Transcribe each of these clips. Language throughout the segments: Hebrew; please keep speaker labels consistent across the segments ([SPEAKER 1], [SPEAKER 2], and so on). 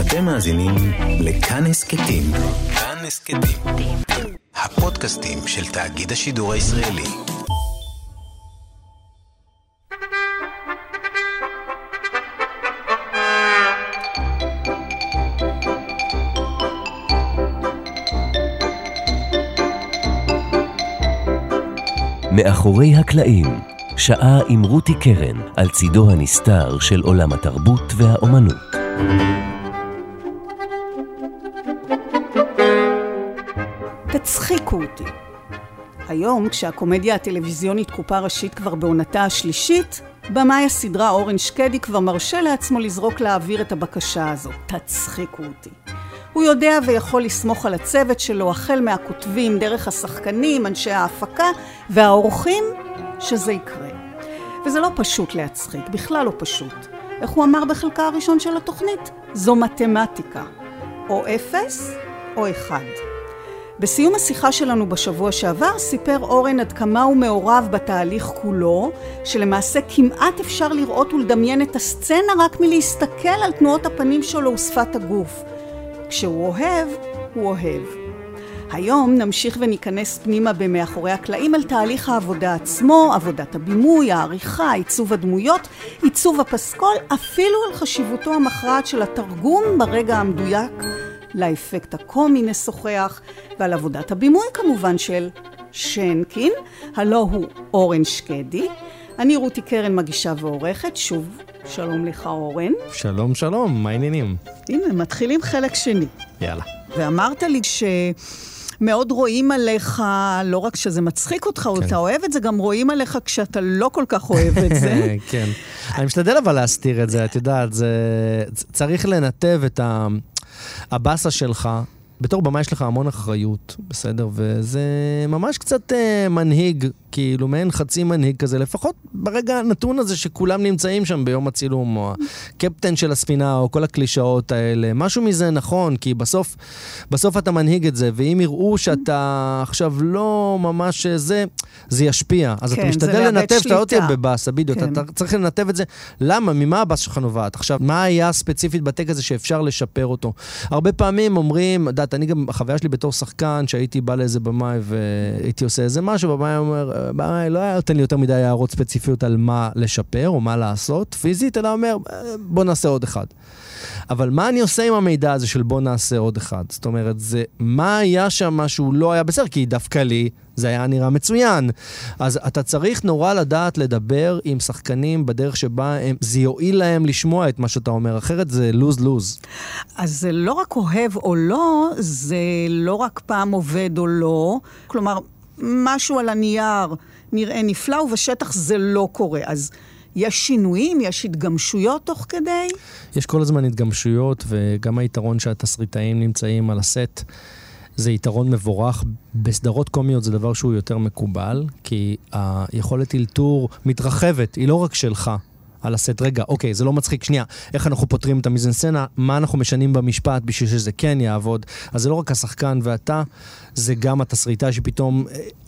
[SPEAKER 1] אתם מאזינים לכאן הסקטים. כאן הסקטים. הפודקאסטים של תאגיד השידור הישראלי.
[SPEAKER 2] מאחורי הקלעים, שעה עם רותי קרן על צידו הנסתר של עולם התרבות והאומנות.
[SPEAKER 3] תצחיקו אותי. היום, כשהקומדיה הטלוויזיונית קופה ראשית כבר בעונתה השלישית, במאי הסדרה אורן שקדי כבר מרשה לעצמו לזרוק לאוויר את הבקשה הזו. תצחיקו אותי. הוא יודע ויכול לסמוך על הצוות שלו, החל מהכותבים, דרך השחקנים, אנשי ההפקה והאורחים, שזה יקרה. וזה לא פשוט להצחיק, בכלל לא פשוט. איך הוא אמר בחלקה הראשון של התוכנית? זו מתמטיקה. או 0 או 1. בסיום השיחה שלנו בשבוע שעבר, סיפר אורן עד כמה הוא מעורב בתהליך כולו, שלמעשה כמעט אפשר לראות ולדמיין את הסצנה רק מלהסתכל על תנועות הפנים שלו ושפת הגוף. כשהוא אוהב, הוא אוהב. היום נמשיך וניכנס פנימה במאחורי הקלעים על תהליך העבודה עצמו, עבודת הבימוי, העריכה, עיצוב הדמויות, עיצוב הפסקול, אפילו על חשיבותו המכרעת של התרגום ברגע המדויק, לאפקט הקומי נשוחח, ועל עבודת הבימוי כמובן של שנקין, הלא הוא אורן שקדי. אני רותי קרן מגישה ועורכת, שוב שלום לך אורן.
[SPEAKER 4] שלום שלום, מה העניינים?
[SPEAKER 3] הנה, מתחילים חלק שני.
[SPEAKER 4] יאללה.
[SPEAKER 3] ואמרת לי שמאוד רואים עליך, לא רק שזה מצחיק אותך, כן. אתה אוהב את זה, גם רואים עליך כשאתה לא כל כך אוהב את זה.
[SPEAKER 4] כן, אני משתדל אבל להסתיר את זה, את יודעת, צריך לנתב את הבאסה שלך, בתור במה יש לך המון אחריות, בסדר? וזה ממש קצת מנהיג, כאילו מעין חצי מנהיג כזה, לפחות ברגע הנתון הזה שכולם נמצאים שם ביום הצילום, או הקפטן של הספינה, או כל הקלישאות האלה, משהו מזה נכון, כי בסוף אתה מנהיג את זה, ואם יראו שאתה עכשיו לא ממש זה ישפיע. אז אתה משתדל לנתב, אתה לא תהיה בבאסה, בדיוק, אתה צריך לנתב את זה. למה? ממה הבאסה שלך נובעת? עכשיו, מה היה ספציפית בטק הזה שאפשר לשפר אותו? הרבה פעמים אומרים, אני גם, החוויה שלי בתור שחקן, שהייתי בא לאיזה במאי והייתי עושה איזה משהו, במאי אומר, במאי לא היה נותן לי יותר מדי הערות ספציפיות על מה לשפר או מה לעשות פיזית, אלא אומר, בוא נעשה עוד אחד. אבל מה אני עושה עם המידע הזה של בוא נעשה עוד אחד? זאת אומרת, מה היה שם משהו לא היה בסדר? כי דווקא לי זה היה נראה מצוין. אז אתה צריך נורא לדעת לדבר עם שחקנים בדרך שבה זה יועיל להם לשמוע את מה שאתה אומר, אחרת זה לוז-לוז.
[SPEAKER 3] אז זה לא רק אוהב או לא, זה לא רק פעם עובד או לא, כלומר, משהו על הנייר נראה נפלא ובשטח זה לא קורה. אז יש שינויים, יש התגמשויות תוך כדי?
[SPEAKER 4] יש כל הזמן התגמשויות, וגם היתרון שהתסריטאים נמצאים על הסט, זה יתרון מבורך. בסדרות קומיות זה דבר שהוא יותר מקובל, כי היכולת אלתור מתרחבת, היא לא רק שלך על הסט. רגע, אוקיי, זה לא מצחיק, שנייה, איך אנחנו פותרים את המיזנסצנה, מה אנחנו משנים במשפט בשביל שזה כן יעבוד. אז זה לא רק השחקן ואתה, זה גם התסריטה שפתאום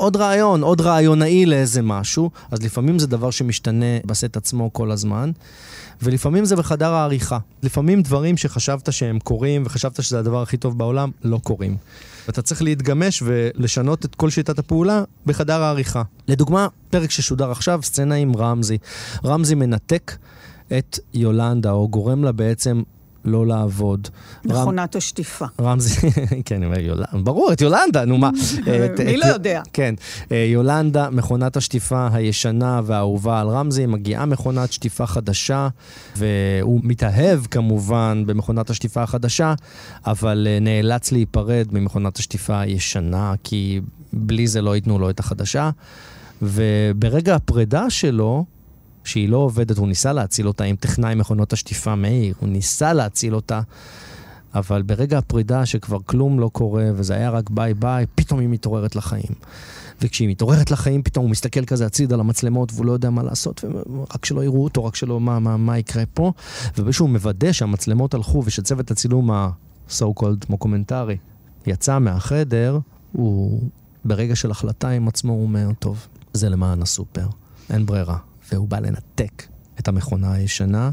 [SPEAKER 4] עוד רעיונאי לאיזה משהו, אז לפעמים זה דבר שמשתנה בסט עצמו כל הזמן, ולפעמים זה בחדר העריכה. לפעמים דברים שחשבת שהם קורים, וחשבת שזה הדבר הכי טוב בעולם, לא קורים. ואתה צריך להתגמש ולשנות את כל שיטת הפעולה בחדר העריכה. לדוגמה, פרק ששודר עכשיו, סצנה עם רמזי. רמזי מנתק את יולנדה, או גורם לה בעצם לא לעבוד.
[SPEAKER 3] מכונת השטיפה.
[SPEAKER 4] רמזי, כן, אני אומר יולנדה, ברור, את יולנדה, נו מה.
[SPEAKER 3] מי לא יודע?
[SPEAKER 4] כן, יולנדה, מכונת השטיפה הישנה והאהובה על רמזי, מגיעה מכונת שטיפה חדשה, והוא מתאהב כמובן במכונת השטיפה החדשה, אבל נאלץ להיפרד ממכונת השטיפה הישנה, כי בלי זה לא ייתנו לו את החדשה, וברגע הפרידה שלו, שהיא לא עובדת, הוא ניסה להציל אותה עם טכנאי מכונות השטיפה מאיר, הוא ניסה להציל אותה, אבל ברגע הפרידה שכבר כלום לא קורה, וזה היה רק ביי ביי, פתאום היא מתעוררת לחיים. וכשהיא מתעוררת לחיים, פתאום הוא מסתכל כזה הציד על המצלמות, והוא לא יודע מה לעשות, רק שלא יראו אותו, רק שלא מה יקרה פה, ובשהו מוודא שהמצלמות הלכו, ושצוות הצילום ה-so called מוקומנטרי יצא מהחדר, הוא ברגע של החלטה עם עצמו, הוא אומר, טוב, זה למען הסופר, אין ברירה. והוא בא לנתק את המכונה הישנה,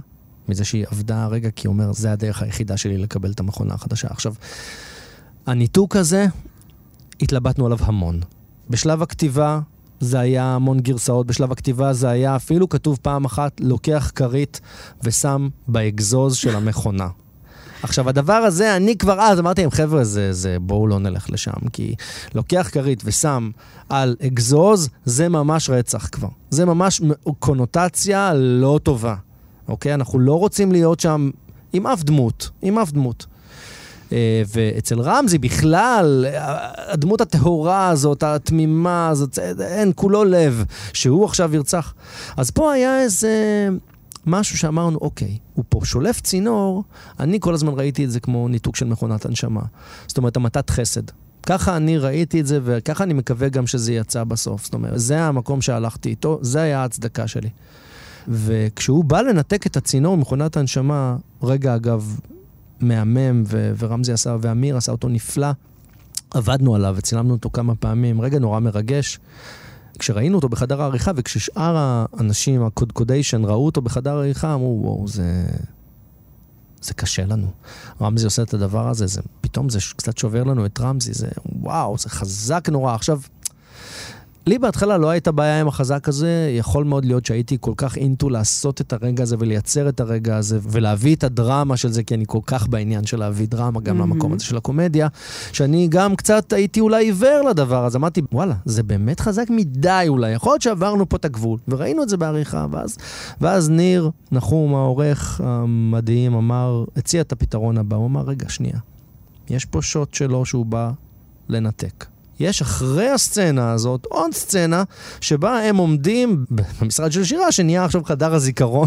[SPEAKER 4] מזה שהיא עבדה הרגע, כי הוא אומר, זה הדרך היחידה שלי לקבל את המכונה החדשה. עכשיו, הניתוק הזה, התלבטנו עליו המון. בשלב הכתיבה, זה היה המון גרסאות. בשלב הכתיבה זה היה אפילו כתוב פעם אחת, לוקח כרית ושם באגזוז של המכונה. עכשיו, הדבר הזה, אני כבר אז אמרתי עם חבר'ה, בואו לא נלך לשם, כי לוקח כרית ושם על אגזוז, זה ממש רצח כבר. זה ממש קונוטציה לא טובה. אוקיי? אנחנו לא רוצים להיות שם עם אף דמות. ואצל רמזי בכלל, הדמות הטהורה הזאת, התמימה הזאת, אין כולו לב, שהוא עכשיו ירצח. אז פה היה איזה משהו שאמרנו, אוקיי, הוא פה שולף צינור, אני כל הזמן ראיתי את זה כמו ניתוק של מכונת הנשמה. זאת אומרת, המתת חסד. ככה אני ראיתי את זה, וככה אני מקווה גם שזה יצא בסוף. זאת אומרת, זה המקום שהלכתי איתו, זה היה ההצדקה שלי. וכשהוא בא לנתק את הצינור מכונת הנשמה, רגע אגב, מהמם, ורמזי עשה, ואמיר עשה אותו נפלא, עבדנו עליו וצילמנו אותו כמה פעמים, רגע נורא מרגש. כשראינו אותו בחדר העריכה, וכששאר האנשים, הקודקודיישן, ראו אותו בחדר העריכה, אמרו, וואו, זה קשה לנו. רמזי עושה את הדבר הזה, פתאום זה קצת שובר לנו את רמזי, וואו, זה חזק נורא. עכשיו, לי בהתחלה לא הייתה בעיה עם החזק הזה, יכול מאוד להיות שהייתי כל כך אינטו לעשות את הרגע הזה ולייצר את הרגע הזה ולהביא את הדרמה של זה, כי אני כל כך בעניין של להביא דרמה גם למקום הזה של הקומדיה, שאני גם קצת הייתי אולי עיוור לדבר, אז אמרתי, וואלה, זה באמת חזק מדי אולי, יכול להיות שעברנו פה את הגבול, וראינו את זה בעריכה, ואז ניר נחום, העורך המדהים, הציע את הפתרון הבא, הוא אמר, רגע, שנייה, יש פה שוט שלו שהוא בא לנתק. יש אחרי הסצנה הזאת עוד סצנה שבה הם עומדים במשרד של שירה, שנהיה עכשיו חדר הזיכרון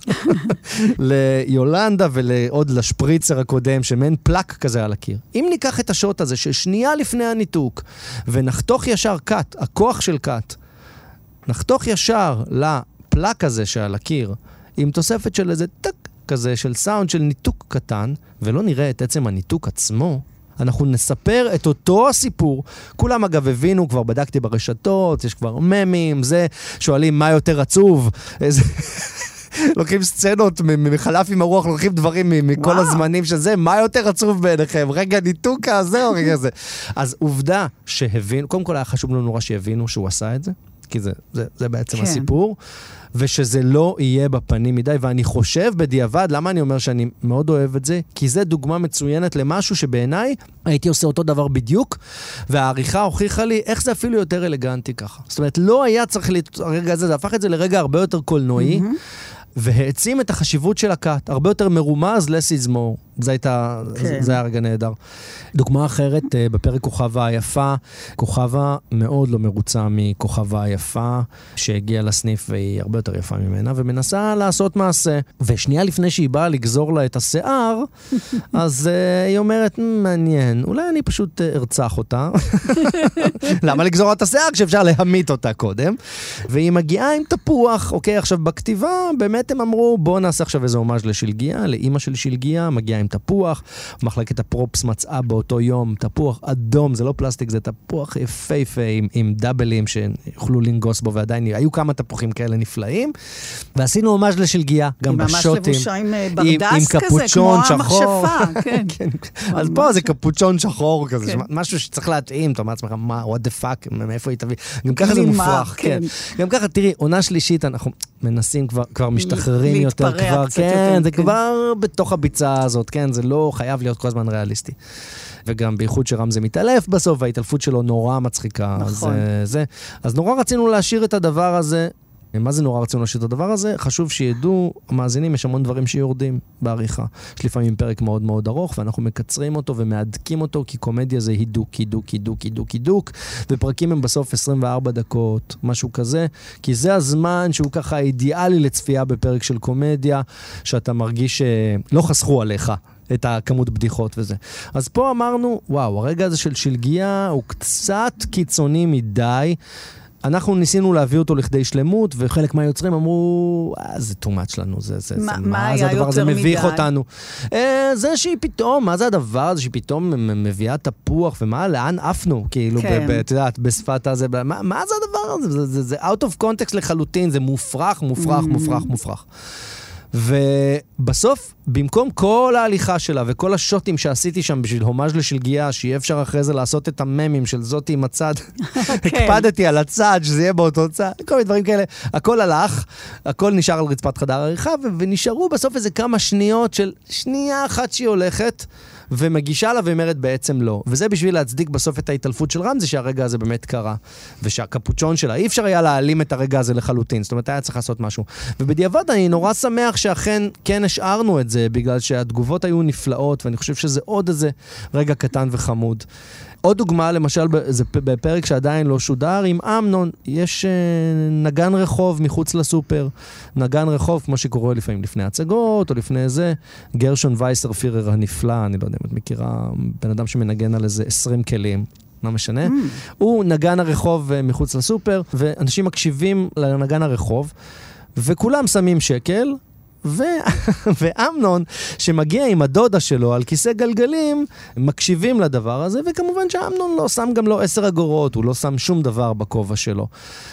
[SPEAKER 4] ליולנדה ולעוד לשפריצר הקודם, שמין פלק כזה על הקיר. אם ניקח את השוט הזה ששנייה לפני הניתוק, ונחתוך ישר קאט, הכוח של קאט, נחתוך ישר לפלק הזה שעל הקיר, עם תוספת של איזה טק כזה של סאונד של ניתוק קטן, ולא נראה את עצם הניתוק עצמו, אנחנו נספר את אותו הסיפור. כולם אגב הבינו, כבר בדקתי ברשתות, יש כבר ממים, שואלים מה יותר עצוב, לוקחים סצנות מחלף עם הרוח, לוקחים דברים מכל הזמנים שזה, מה יותר עצוב בעיניכם? רגע ניתוק הזה או רגע זה? אז עובדה שהבינו, קודם כל היה חשוב לנו נורא שהבינו שהוא עשה את זה, כי זה בעצם הסיפור, ושזה לא יהיה בפנים מדי, ואני חושב בדיעבד, למה אני אומר שאני מאוד אוהב את זה? כי זה דוגמה מצוינת למשהו שבעיניי הייתי עושה אותו דבר בדיוק, והעריכה הוכיחה לי איך זה אפילו יותר אלגנטי ככה. זאת אומרת, לא היה צריך הרגע הזה, זה הפך את זה לרגע הרבה יותר קולנועי, והעצים את החשיבות של הקאט, הרבה יותר מרומז, less is more. זה היה רגע נהדר. דוגמה אחרת, בפרק כוכבה היפה, כוכבה מאוד לא מרוצה מכוכבה היפה, שהגיעה לסניף והיא הרבה יותר יפה ממנה, ומנסה לעשות מעשה. ושנייה לפני שהיא באה לגזור לה את השיער, אז היא אומרת, מעניין, אולי אני פשוט ארצח אותה. למה לגזור את השיער כשאפשר להמית אותה קודם? והיא מגיעה עם תפוח, אוקיי, עכשיו בכתיבה, באמת הם אמרו, בואו נעשה עכשיו איזה הומאז' לשלגיה, לאמא של שלגיה, מגיעה עם תפוח, מחלקת הפרופס מצאה באותו יום תפוח אדום, זה לא פלסטיק, זה תפוח יפהפה עם דאבלים שיוכלו לנגוס בו, ועדיין היו כמה תפוחים כאלה נפלאים, ועשינו הומאז' לשלגיה, גם בשוטים. היא ממש לבושה עם
[SPEAKER 3] ברדס כזה, כמו המכשפה, כן.
[SPEAKER 4] אז פה זה קפוצ'ון שחור כזה, משהו שצריך להתאים, אתה אומר לעצמך, מה, what the fuck, מאיפה היא תביא? גם ככה זה מופרך, כן. גם ככה, תראי, עונה שלישית, אנחנו מנסים כבר משתחררים יותר כבר, כן, זה כבר בתוך הביצה הזאת, כן, זה לא חייב להיות כל הזמן ריאליסטי. וגם בייחוד שרמזי מתעלף בסוף, וההתעלפות שלו נורא מצחיקה. נכון. אז נורא רצינו להשאיר את הדבר הזה. מה זה נורא רצינו להשאיר את הדבר הזה? חשוב שידעו, המאזינים, יש המון דברים שיורדים בעריכה. יש לפעמים פרק מאוד מאוד ארוך, ואנחנו מקצרים אותו ומהדקים אותו, כי קומדיה זה הידוק, הידוק, הידוק, הידוק, הידוק, ופרקים הם בסוף 24 דקות, משהו כזה, כי זה הזמן שהוא ככה אידיאלי לצפייה בפרק של קומדיה, שאתה מרגיש שלא חסכו עליך את הכמות בדיחות וזה. אז פה אמרנו, וואו, הרגע הזה של שלגיה הוא קצת קיצוני מדי, אנחנו ניסינו להביא אותו לכדי שלמות, וחלק מהיוצרים אמרו, זה too much לנו,
[SPEAKER 3] מה היה יותר מדי?
[SPEAKER 4] מביך אותנו. זה שהיא פתאום, מה זה הדבר הזה שהיא פתאום מביאה תפוח, ומה, לאן עפנו? כאילו, את יודעת, בשפת הזה, מה זה הדבר הזה? זה out of context לחלוטין, זה מופרך, מופרך, מופרך, מופרך. ובסוף, במקום כל ההליכה שלה וכל השוטים שעשיתי שם בשביל הומאז' לשלגיה, שיהיה אפשר אחרי זה לעשות את הממים של זאתי עם הצד, הקפדתי על הצד, שזה יהיה באותו צד, כל מיני דברים כאלה, הכל הלך, הכל נשאר על רצפת חדר העריכה, ונשארו בסוף איזה כמה שניות של שנייה אחת שהיא הולכת, ומגישה לה ואומרת בעצם לא. וזה בשביל להצדיק בסוף את ההתעלפות של רמזי, שהרגע הזה באמת קרה. ושהקפוצ'ון שלה, אי אפשר היה להעלים את הרגע הזה לחלוטין. זאת אומרת, היה צריך לעשות משהו. ובדיעבד אני נורא שמח שאכן כן השארנו את זה, בגלל שהתגובות היו נפלאות, ואני חושב שזה עוד איזה רגע קטן וחמוד. עוד דוגמה, למשל, זה בפרק שעדיין לא שודר, עם אמנון, יש נגן רחוב מחוץ לסופר. נגן רחוב, כמו שקורה לפעמים לפני הצגות, או לפני זה, גרשון וייסר פירר הנפלא, אני לא יודע אם את מכירה, בן אדם שמנגן על איזה 20 כלים. לא משנה. הוא נגן הרחוב מחוץ לסופר, ואנשים מקשיבים לנגן הרחוב, וכולם שמים שקל, ואמנון, שמגיע עם הדודה שלו על כיסא גלגלים, מקשיבים לדבר הזה, וכמובן שאמנון לא שם גם לו 10 אגורות, הוא לא שם שום דבר בכובע שלו.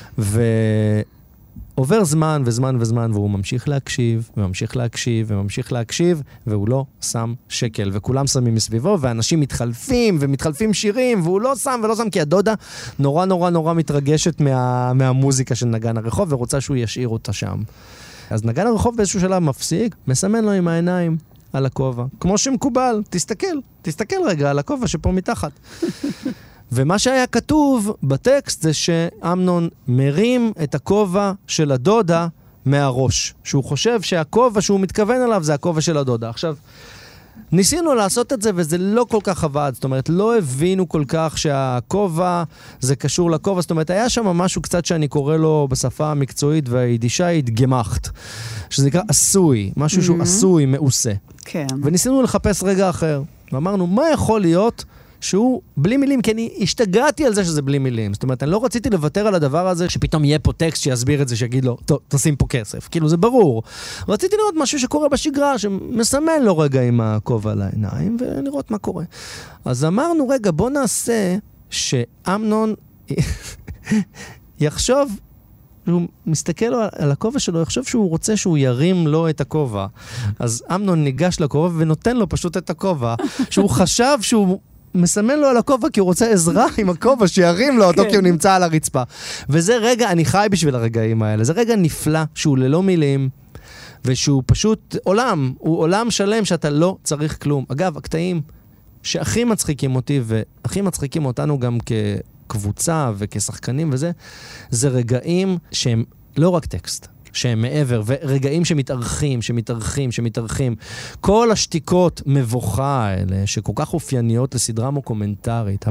[SPEAKER 4] ועובר זמן וזמן וזמן, והוא ממשיך להקשיב, וממשיך להקשיב, וממשיך להקשיב, והוא לא שם שקל, וכולם שמים מסביבו, ואנשים מתחלפים, ומתחלפים שירים, והוא לא שם ולא שם, כי הדודה נורא נורא נורא מתרגשת מהמוזיקה של נגן הרחוב, ורוצה שהוא ישאיר אותה שם. אז נגן הרחוב באיזשהו שלב מפסיק, מסמן לו עם העיניים על הכובע. כמו שמקובל, תסתכל רגע על הכובע שפה מתחת. ומה שהיה כתוב בטקסט זה שאמנון מרים את הכובע של הדודה מהראש. שהוא חושב שהכובע שהוא מתכוון אליו זה הכובע של הדודה. עכשיו, ניסינו לעשות את זה וזה לא כל כך עבד, זאת אומרת, לא הבינו כל כך שהכובע זה קשור לכובע, זאת אומרת, היה שם משהו קצת שאני קורא לו בשפה המקצועית והיידישאית גמחת, שזה נקרא עשוי, משהו שהוא עשוי, מעושה.
[SPEAKER 3] כן.
[SPEAKER 4] וניסינו לחפש רגע אחר, ואמרנו, מה יכול להיות שהוא בלי מילים, כי אני השתגעתי על זה שזה בלי מילים. זאת אומרת, אני לא רציתי לוותר על הדבר הזה, שפתאום יהיה פה טקסט שיסביר את זה, שיגיד לו, טוב, תשים פה כסף. כאילו, זה ברור. רציתי לראות משהו שקורה בשגרה, שמסמן לו רגע עם הכובע על העיניים, ולראות מה קורה. אז אמרנו, רגע, בוא נעשה שאמנון יחשוב, הוא מסתכל על הכובע שלו, יחשוב שהוא רוצה שהוא ירים לו את הכובע. אז אמנון ניגש לכובע ונותן לו פשוט את הכובע, שהוא חשב שהוא מסמן לו על הכובע כי הוא רוצה עזרה עם הכובע שירים לו אותו כי הוא נמצא על הרצפה. וזה רגע, אני חי בשביל הרגעים האלה, זה רגע נפלא שהוא ללא מילים, ושהוא פשוט עולם, הוא עולם שלם שאתה לא צריך כלום. אגב, הקטעים שהכי מצחיקים אותי והכי מצחיקים אותנו גם כקבוצה וכשחקנים וזה, זה רגעים שהם לא רק טקסט. שהם מעבר, ורגעים שמתארחים. כל השתיקות מבוכה האלה, שכל כך אופייניות לסדרה מוקומנטרית,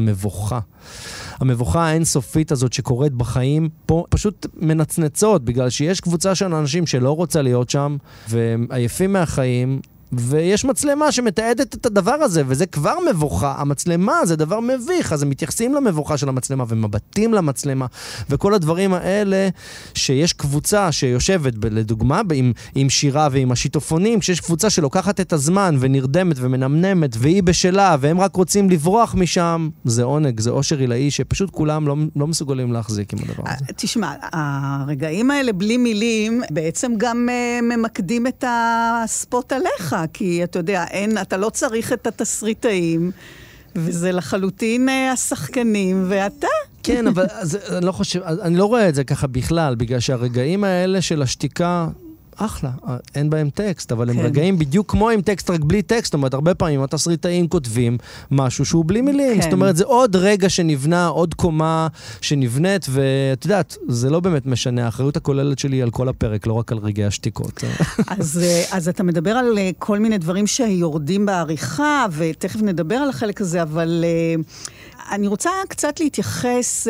[SPEAKER 4] המבוכה האינסופית הזאת שקורית בחיים, פה פשוט מנצנצות, בגלל שיש קבוצה של אנשים שלא רוצה להיות שם, והם עייפים מהחיים, ויש מצלמה שמתעדת את הדבר הזה, וזה כבר מבוכה. המצלמה זה דבר מביך, אז הם מתייחסים למבוכה של המצלמה, ומבטים למצלמה, וכל הדברים האלה, שיש קבוצה שיושבת, לדוגמה, עם שירה ועם השיטופונים, כשיש קבוצה שלוקחת את הזמן, ונרדמת ומנמנמת, והיא בשלה, והם רק רוצים לברוח משם, זה עונג, זה אושר עילאי, שפשוט כולם לא מסוגלים להחזיק עם הדבר הזה.
[SPEAKER 3] תשמע, הרגעים האלה בלי מילים, בעצם גם ממקדים את הספוט עליך, כי אתה יודע, אתה לא צריך את התסריטאים, וזה לחלוטין השחקנים, ואתה.
[SPEAKER 4] כן, אבל אני לא רואה את זה ככה בכלל, בגלל שהרגעים האלה של השתיקה, אחלה, אין בהם טקסט, אבל הם רגעים בדיוק כמו עם טקסט, רק בלי טקסט, זאת אומרת, הרבה פעמים התסריטאים כותבים משהו שהוא בלי מילים, זאת אומרת, זה עוד רגע שנבנה, עוד קומה שנבנית, ואת יודעת, זה לא באמת משנה, האחריות הכוללת שלי על כל הפרק, לא רק על רגעי השתיקות.
[SPEAKER 3] אז אתה מדבר על כל מיני דברים שיורדים בעריכה, ותכף נדבר על החלק הזה, אבל אני רוצה קצת להתייחס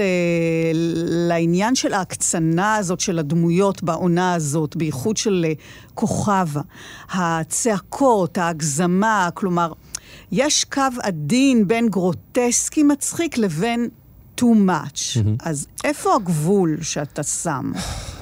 [SPEAKER 3] לעניין של ההקצנה הזאת של הדמויות בעונה הזאת, בייחוד של כוכבה. הצעקות, ההגזמה, כלומר, יש קו עדין בין גרוטסקי מצחיק לבין too much. אז איפה הגבול שאתה שם?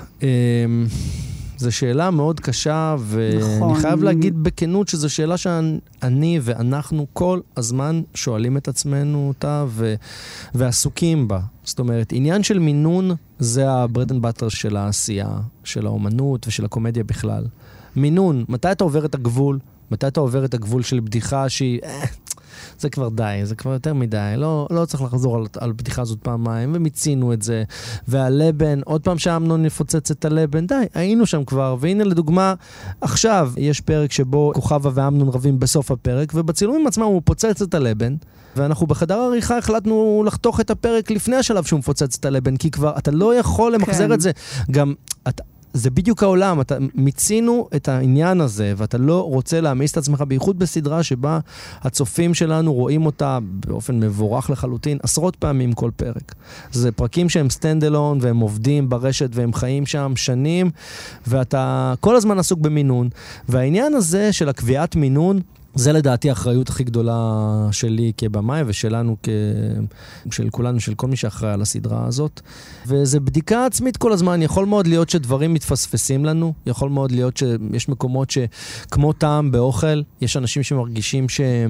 [SPEAKER 4] זו שאלה מאוד קשה, ואני חייב להגיד בכנות שזו שאלה שאני ואנחנו כל הזמן שואלים את עצמנו אותה ועסוקים בה. זאת אומרת, עניין של מינון זה הברד אנד באטר של העשייה, של האומנות ושל הקומדיה בכלל. מינון, מתי אתה עובר את הגבול? מתי אתה עובר את הגבול של בדיחה שהיא... זה כבר די, זה כבר יותר מדי, לא צריך לחזור על בדיחה הזאת פעמיים, ומיצינו את זה, והלבן, עוד פעם שאמנון נפוצץ את הלבן, די, היינו שם כבר, והנה לדוגמה, עכשיו יש פרק שבו כוכבה ואמנון רבים בסוף הפרק, ובצילומים עצמם הוא פוצץ את הלבן, ואנחנו בחדר העריכה החלטנו לחתוך את הפרק לפני השלב שהוא מפוצץ את הלבן, כי כבר אתה לא יכול למחזר את זה, גם זה בדיוק העולם, מיצינו את העניין הזה, ואתה לא רוצה להעמיס את עצמך, בייחוד בסדרה שבה הצופים שלנו רואים אותה באופן מבורך לחלוטין, עשרות פעמים כל פרק. זה פרקים שהם סטנד אלון, והם עובדים ברשת, והם חיים שם שנים, ואתה כל הזמן עסוק במינון, והעניין הזה של הקביעת מינון, זה לדעתי האחריות הכי גדולה שלי כבמאי ושלנו, של כולנו, של כל מי שאחראי על הסדרה הזאת. וזה בדיקה עצמית כל הזמן. יכול מאוד להיות שדברים מתפספסים לנו. יכול מאוד להיות שיש מקומות שכמו טעם באוכל, יש אנשים שמרגישים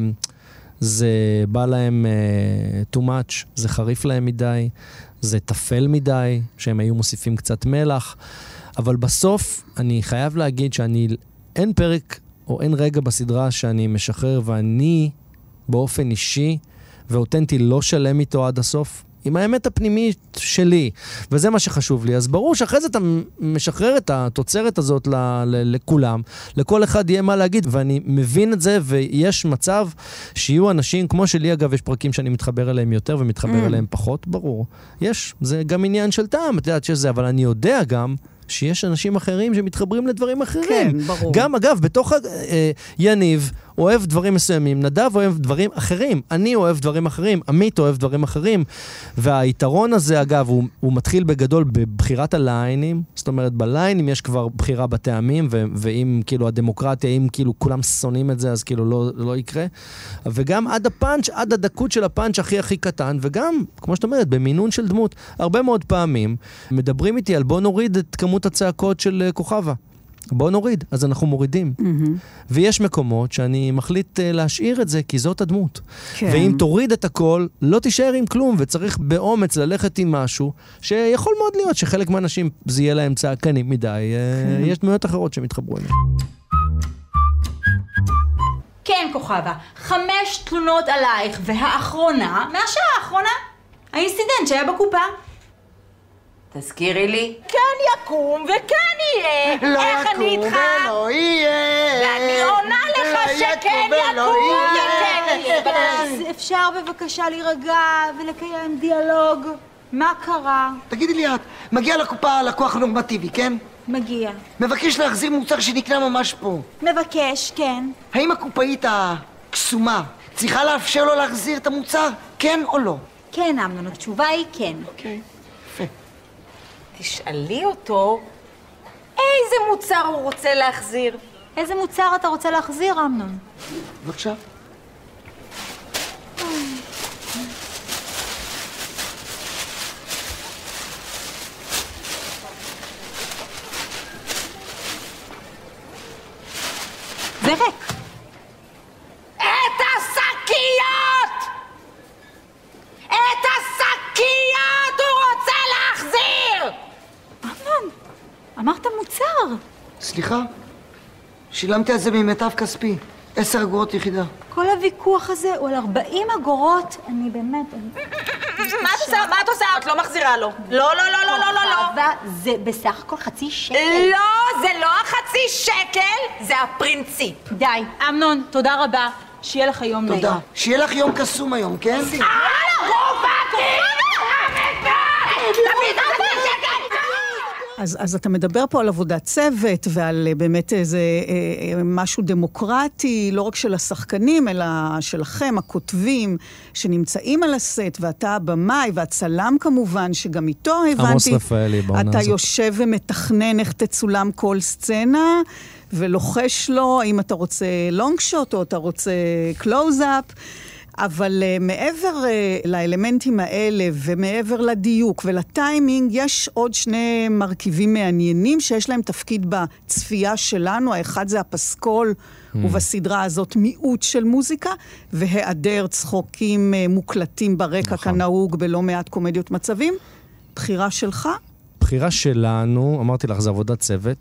[SPEAKER 4] שזה בא להם too much, זה חריף להם מדי, זה תפל מדי, שהם היו מוסיפים קצת מלח. אבל בסוף אני חייב להגיד אין פרק או אין רגע בסדרה שאני משחרר ואני באופן אישי ואותנטי לא שלם איתו עד הסוף, עם האמת הפנימית שלי, וזה מה שחשוב לי. אז ברור שאחרי זה אתה משחרר את התוצרת הזאת לכולם, לכל אחד יהיה מה להגיד, ואני מבין את זה, ויש מצב שיהיו אנשים, כמו שלי אגב, יש פרקים שאני מתחבר אליהם יותר ומתחבר אליהם פחות, ברור. זה גם עניין של טעם, את יודעת שזה, אבל אני יודע גם שיש אנשים אחרים שמתחברים לדברים אחרים.
[SPEAKER 3] כן, ברור.
[SPEAKER 4] גם, אגב, בתוך יניב אוהב דברים מסוימים, נדב אוהב דברים אחרים, אני אוהב דברים אחרים, עמית אוהב דברים אחרים, והיתרון הזה, אגב, הוא מתחיל בגדול בבחירת הליינים, זאת אומרת, בליינים יש כבר בחירה בטעמים, ואם כאילו הדמוקרטיה, אם כאילו כולם שונאים את זה, אז כאילו לא יקרה, וגם עד הפאנץ', עד הדקות של הפאנץ' הכי קטן, וגם, כמו שאת אומרת, במינון של דמות, הרבה מאוד פעמים, מדברים איתי על בוא נוריד את כמות הצעקות של כוכבה. בוא נוריד, אז אנחנו מורידים. ויש מקומות שאני מחליט להשאיר את זה, כי זאת הדמות.
[SPEAKER 3] כן.
[SPEAKER 4] ואם תוריד את הכל, לא תישאר עם כלום, וצריך באומץ ללכת עם משהו, שיכול מאוד להיות שחלק מהאנשים זה יהיה להם צעקנים מדי. יש דמויות אחרות שמתחברו אליהם.
[SPEAKER 5] כן, כוכבה, 5 תלונות עלייך, והאחרונה, מהשעה האחרונה, האינסידנט שהיה בקופה. תזכירי לי. כן יקום וכן יהיה.
[SPEAKER 6] לא
[SPEAKER 5] איך אני
[SPEAKER 6] יקום
[SPEAKER 5] איתך?
[SPEAKER 6] ולא יהיה.
[SPEAKER 5] ואני עונה לך שכן יקום וכן יהיה.
[SPEAKER 7] אז אפשר בבקשה להירגע ולקיים דיאלוג? מה קרה?
[SPEAKER 6] תגידי לי את, מגיע לקופה לקוח נורמטיבי, כן?
[SPEAKER 7] מגיע.
[SPEAKER 6] מבקש להחזיר מוצר שנקנה ממש פה.
[SPEAKER 7] מבקש, כן.
[SPEAKER 6] האם הקופאית הקסומה צריכה לאפשר לו להחזיר את המוצר, כן או לא?
[SPEAKER 7] כן, אמנון, התשובה היא כן.
[SPEAKER 6] אוקיי.
[SPEAKER 5] תשאלי אותו איזה מוצר הוא רוצה להחזיר.
[SPEAKER 7] איזה מוצר אתה רוצה להחזיר, אמנון?
[SPEAKER 6] בבקשה.
[SPEAKER 7] זה ריק.
[SPEAKER 5] את השקיות! את השקיות הוא רוצה להחזיר!
[SPEAKER 7] אמנון, אמרת מוצר.
[SPEAKER 6] סליחה? שילמתי על זה ממיטב כספי. 10 אגורות יחידה.
[SPEAKER 7] כל הוויכוח הזה הוא על 40 אגורות. אני באמת...
[SPEAKER 5] מה את עושה? מה את עושה? את לא מחזירה לו. לא, לא, לא, לא, לא, לא, לא.
[SPEAKER 7] כוכבה, זה בסך הכל חצי שקל.
[SPEAKER 5] לא, זה לא החצי שקל, זה הפרינציפ.
[SPEAKER 7] די, אמנון, תודה רבה. שיהיה לך יום נעים.
[SPEAKER 6] תודה. שיהיה לך יום קסום היום, כן?
[SPEAKER 3] אז אתה מדבר פה על עבודת צוות ועל באמת איזה משהו דמוקרטי, לא רק של השחקנים, אלא שלכם, הכותבים, שנמצאים על הסט, ואתה הבמאי, והצלם כמובן, שגם איתו הבנתי.
[SPEAKER 4] עמוס רפאלי בעונה הזאת.
[SPEAKER 3] אתה יושב ומתכנן איך תצולם כל סצנה, ולוחש לו, האם אתה רוצה לונג שוט או אתה רוצה קלוז-אפ. אבל מעבר לאלמנטים האלה ומעבר לדיוק ולטיימינג, יש עוד 2 מרכיבים מעניינים שיש להם תפקיד בצפייה שלנו. האחד זה הפסקול, ובסדרה הזאת מיעוט של מוזיקה, והיעדר צחוקים מוקלטים ברקע כנהוג בלא מעט קומדיות מצבים. בחירה שלך?
[SPEAKER 4] בחירה שלנו, אמרתי לך, זה עבודת צוות.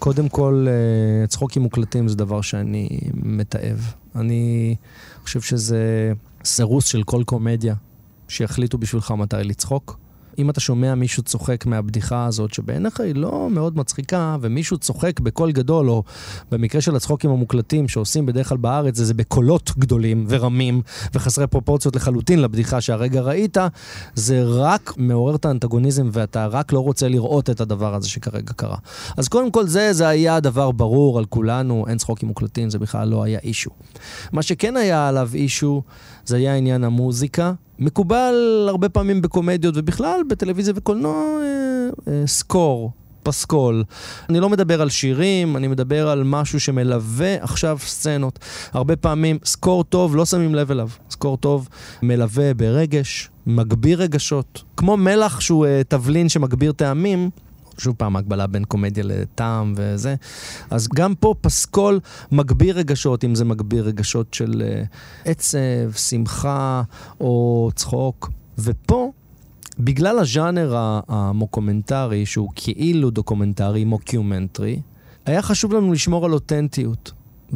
[SPEAKER 4] קודם כל, צחוקים מוקלטים זה דבר שאני מתאהב. אני חושב שזה סירוס של כל קומדיה, שיחליטו בשבילך מתי לצחוק. אם אתה שומע מישהו צוחק מהבדיחה הזאת, שבעיניך היא לא מאוד מצחיקה, ומישהו צוחק בקול גדול, או במקרה של הצחוקים המוקלטים שעושים בדרך כלל בארץ, זה בקולות גדולים ורמים, וחסרי פרופורציות לחלוטין לבדיחה שהרגע ראית, זה רק מעורר את האנטגוניזם, ואתה רק לא רוצה לראות את הדבר הזה שכרגע קרה. אז קודם כל זה היה דבר ברור על כולנו, אין צחוקים מוקלטים, זה בכלל לא היה אישו. מה שכן היה עליו אישו, זה היה עניין המוזיקה, מקובל הרבה פעמים בקומדיות ובכלל בטלוויזיה וקולנוע סקור, פסקול. אני לא מדבר על שירים, אני מדבר על משהו שמלווה עכשיו סצנות. הרבה פעמים סקור טוב לא שמים לב אליו. סקור טוב מלווה ברגש, מגביר רגשות. כמו מלח שהוא תבלין שמגביר טעמים, שוב פעם, הגבלה בין קומדיה לטעם וזה. אז גם פה פסקול מגביר רגשות, אם זה מגביר רגשות של עצב, שמחה או צחוק. ופה, בגלל הז'אנר המוקומנטרי, שהוא כאילו דוקומנטרי, מוקיומנטרי, היה חשוב לנו לשמור על אותנטיות.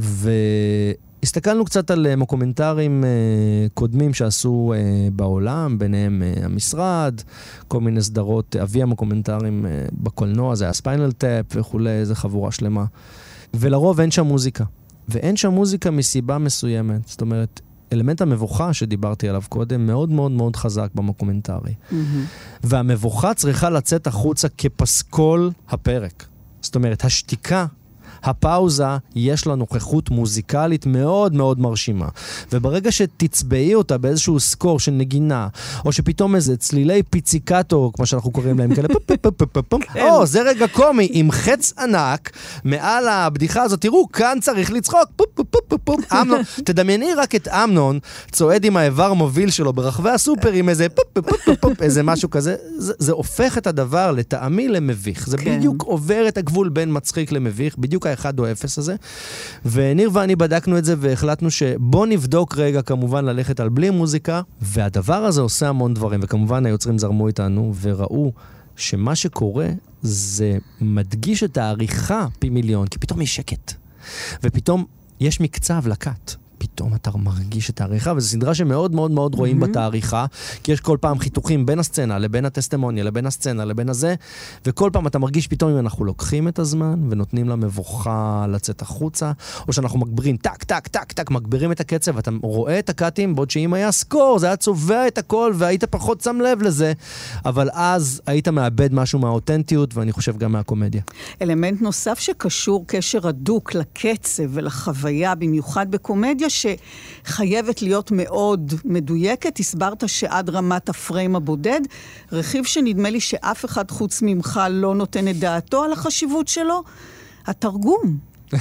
[SPEAKER 4] הסתכלנו קצת על מוקומנטרים קודמים שעשו בעולם, ביניהם המשרד, כל מיני סדרות, אבי המוקומנטרים בקולנוע, זה היה ספיינל טאפ וכולי, זה חבורה שלמה. ולרוב אין שם מוזיקה. ואין שם מוזיקה מסיבה מסוימת. זאת אומרת, אלמנט המבוכה שדיברתי עליו קודם, מאוד מאוד מאוד חזק במוקומנטרי. והמבוכה צריכה לצאת החוצה כפסקול הפרק. זאת אומרת, השתיקה, הפאוזה, יש לה נוכחות מוזיקלית מאוד מאוד מרשימה. וברגע שתצבעי אותה באיזשהו סקור של נגינה, או שפתאום איזה צלילי פיציקטו, כמו שאנחנו קוראים להם כאלה, או, זה רגע קומי, עם חץ ענק, מעל הבדיחה הזאת, תראו, כאן צריך לצחוק, אמנון, תדמייני רק את אמנון, צועד עם האיבר מוביל שלו ברחבי הסופר, עם איזה משהו כזה, זה הופך את הדבר לטעמי למביך. זה בדיוק עובר את הגבול בין מצחיק למביך, בדיוק האחד או אפס הזה, וניר ואני בדקנו את זה והחלטנו שבוא נבדוק רגע כמובן ללכת על בלי מוזיקה, והדבר הזה עושה המון דברים, וכמובן היוצרים זרמו איתנו וראו שמה שקורה זה מדגיש את העריכה פי מיליון, כי פתאום יש שקט, ופתאום יש מקצב לקט. פתאום אתה מרגיש את העריכה, וזו סדרה שמאוד מאוד מאוד רואים בתעריכה, כי יש כל פעם חיתוכים בין הסצנה, לבין הטסטימוניה, לבין הסצנה, לבין הזה, וכל פעם אתה מרגיש פתאום אם אנחנו לוקחים את הזמן, ונותנים לה מבוכה לצאת החוצה, או שאנחנו מגבירים טק, טק, טק, טק, מגבירים את הקצב, ואתה רואה את הקאטים, בעוד שאם היה סקור, זה היה צובע את הכל, והיית פחות שם לב לזה, אבל אז היית מאבד משהו מהאותנטיות, ואני חושב גם מהקומדיה. אלמנט נוסף שקשור קשר הדוק לקצב ולחוויה, במיוחד בקומדיה, שחייבת להיות מאוד מדויקת. הסברת שעד רמת הפריים הבודד, רכיב שנדמה לי שאף אחד חוץ ממך לא נותן את דעתו על החשיבות שלו, התרגום.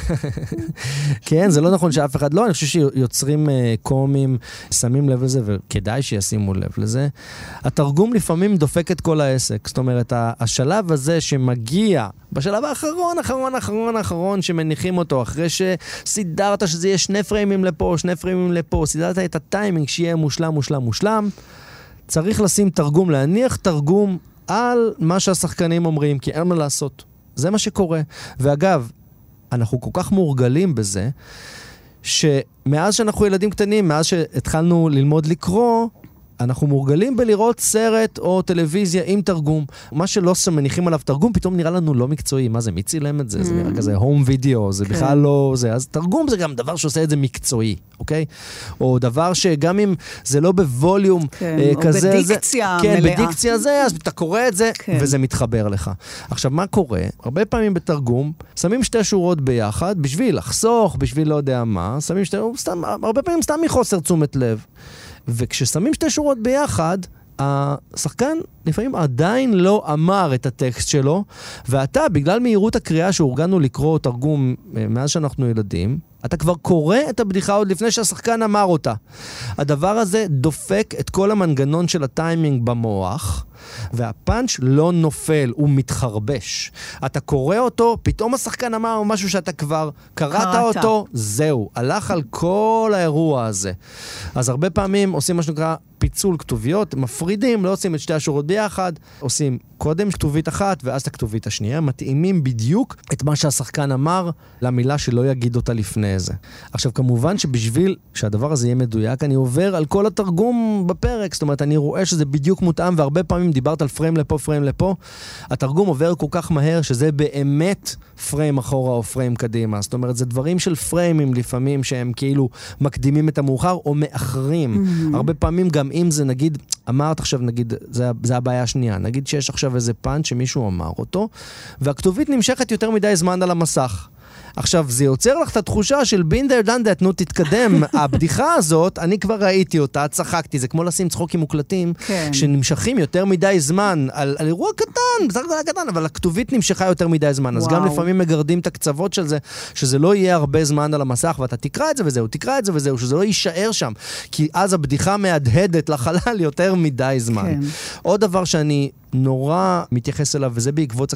[SPEAKER 4] כן, זה לא נכון שאף אחד לא, אני חושב שיוצרים קומיים שמים לב לזה, וכדאי שישימו לב לזה. התרגום לפעמים דופק את כל העסק, זאת אומרת, השלב הזה שמגיע, בשלב האחרון שמניחים אותו, אחרי שסידרת שזה יהיה 2 פריימים לפה, 2 פריימים לפה, סידרת את הטיימינג שיהיה מושלם, צריך לשים תרגום, להניח תרגום על מה שהשחקנים אומרים, כי אין מה לעשות. זה מה שקורה. ואגב, אנחנו כל כך מורגלים בזה, שמאז שאנחנו ילדים קטנים, מאז שהתחלנו ללמוד לקרוא, אנחנו מורגלים בלראות סרט או טלוויזיה עם תרגום. מה שלא מניחים עליו תרגום, פתאום נראה לנו לא מקצועי. מה זה? מי צילם את זה? זה נראה כזה הום וידאו, זה בכלל לא זה. אז תרגום זה גם דבר שעושה את זה מקצועי, אוקיי? או דבר שגם אם זה לא בווליום כזה, או בדיקציה מלאה. כן, בדיקציה זה, אז אתה קורא את זה, וזה מתחבר לך. עכשיו, מה קורה? הרבה פעמים בתרגום, שמים 2 שורות ביחד, בשביל לחסוך, בשביל לא יודע מה, שמים הרבה פעמים סתם מחוסר תשומת לב. וכששמים 2 שורות ביחד, השחקן לפעמים עדיין לא אמר את הטקסט שלו, ואתה, בגלל מהירות הקריאה שהורגלנו לקרוא תרגום מאז שאנחנו ילדים, אתה כבר קורא את הבדיחה עוד לפני שהשחקן אמר אותה. הדבר הזה דופק את כל המנגנון של הטיימינג במוח, והפאנץ' לא נופל, הוא מתחרבש. אתה קורא אותו, פתאום השחקן אמר משהו שאתה כבר קראת אותו, זהו, הלך על כל האירוע הזה. אז הרבה פעמים עושים מה שנקרא פיצול כתוביות, מפרידים, לא עושים את שתי השורות ביחד, עושים קודם כתובית אחת ואז את הכתובית השנייה, מתאימים בדיוק את מה שהשחקן אמר למילה שלא יגיד אותה לפני זה. עכשיו, כמובן שבשביל שהדבר הזה יהיה מדויק, אני עובר על כל התרגום בפרק, זאת אומרת, אני רואה שזה בדיוק מותאם, והרבה פעמים דיברת על פריים לפה, פריים לפה, התרגום עובר כל כך מהר שזה באמת פריים אחורה או פריים קדימה. זאת אומרת, זה דברים של פריימים לפעמים שהם כאילו מקדימים את המאוחר או מאחרים. הרבה פעמים גם אם זה נגיד, אמרת עכשיו נגיד, זה הבעיה השנייה, נגיד שיש עכשיו איזה פאנץ' שמישהו אמר אותו, והכתובית נמשכת יותר מדי זמן על המסך. עכשיו, זה יוצר לך את התחושה של בינדר דנדת, נו תתקדם. הבדיחה הזאת, אני כבר ראיתי אותה, צחקתי, זה כמו לשים צחוקים מוקלטים, שנמשכים יותר מדי זמן על אירוע קטן, בסך הכל קטן, אבל הכתובית נמשכה יותר מדי זמן. אז גם לפעמים מגרדים את הקצוות של זה, שזה לא יהיה הרבה זמן על המסך, ואתה תקרא את זה וזהו, תקרא את זה וזהו, שזה לא יישאר שם, כי אז הבדיחה מהדהדת לחלל יותר מדי זמן. עוד דבר שאני נורא מתייחס אליו, וזה בעקבות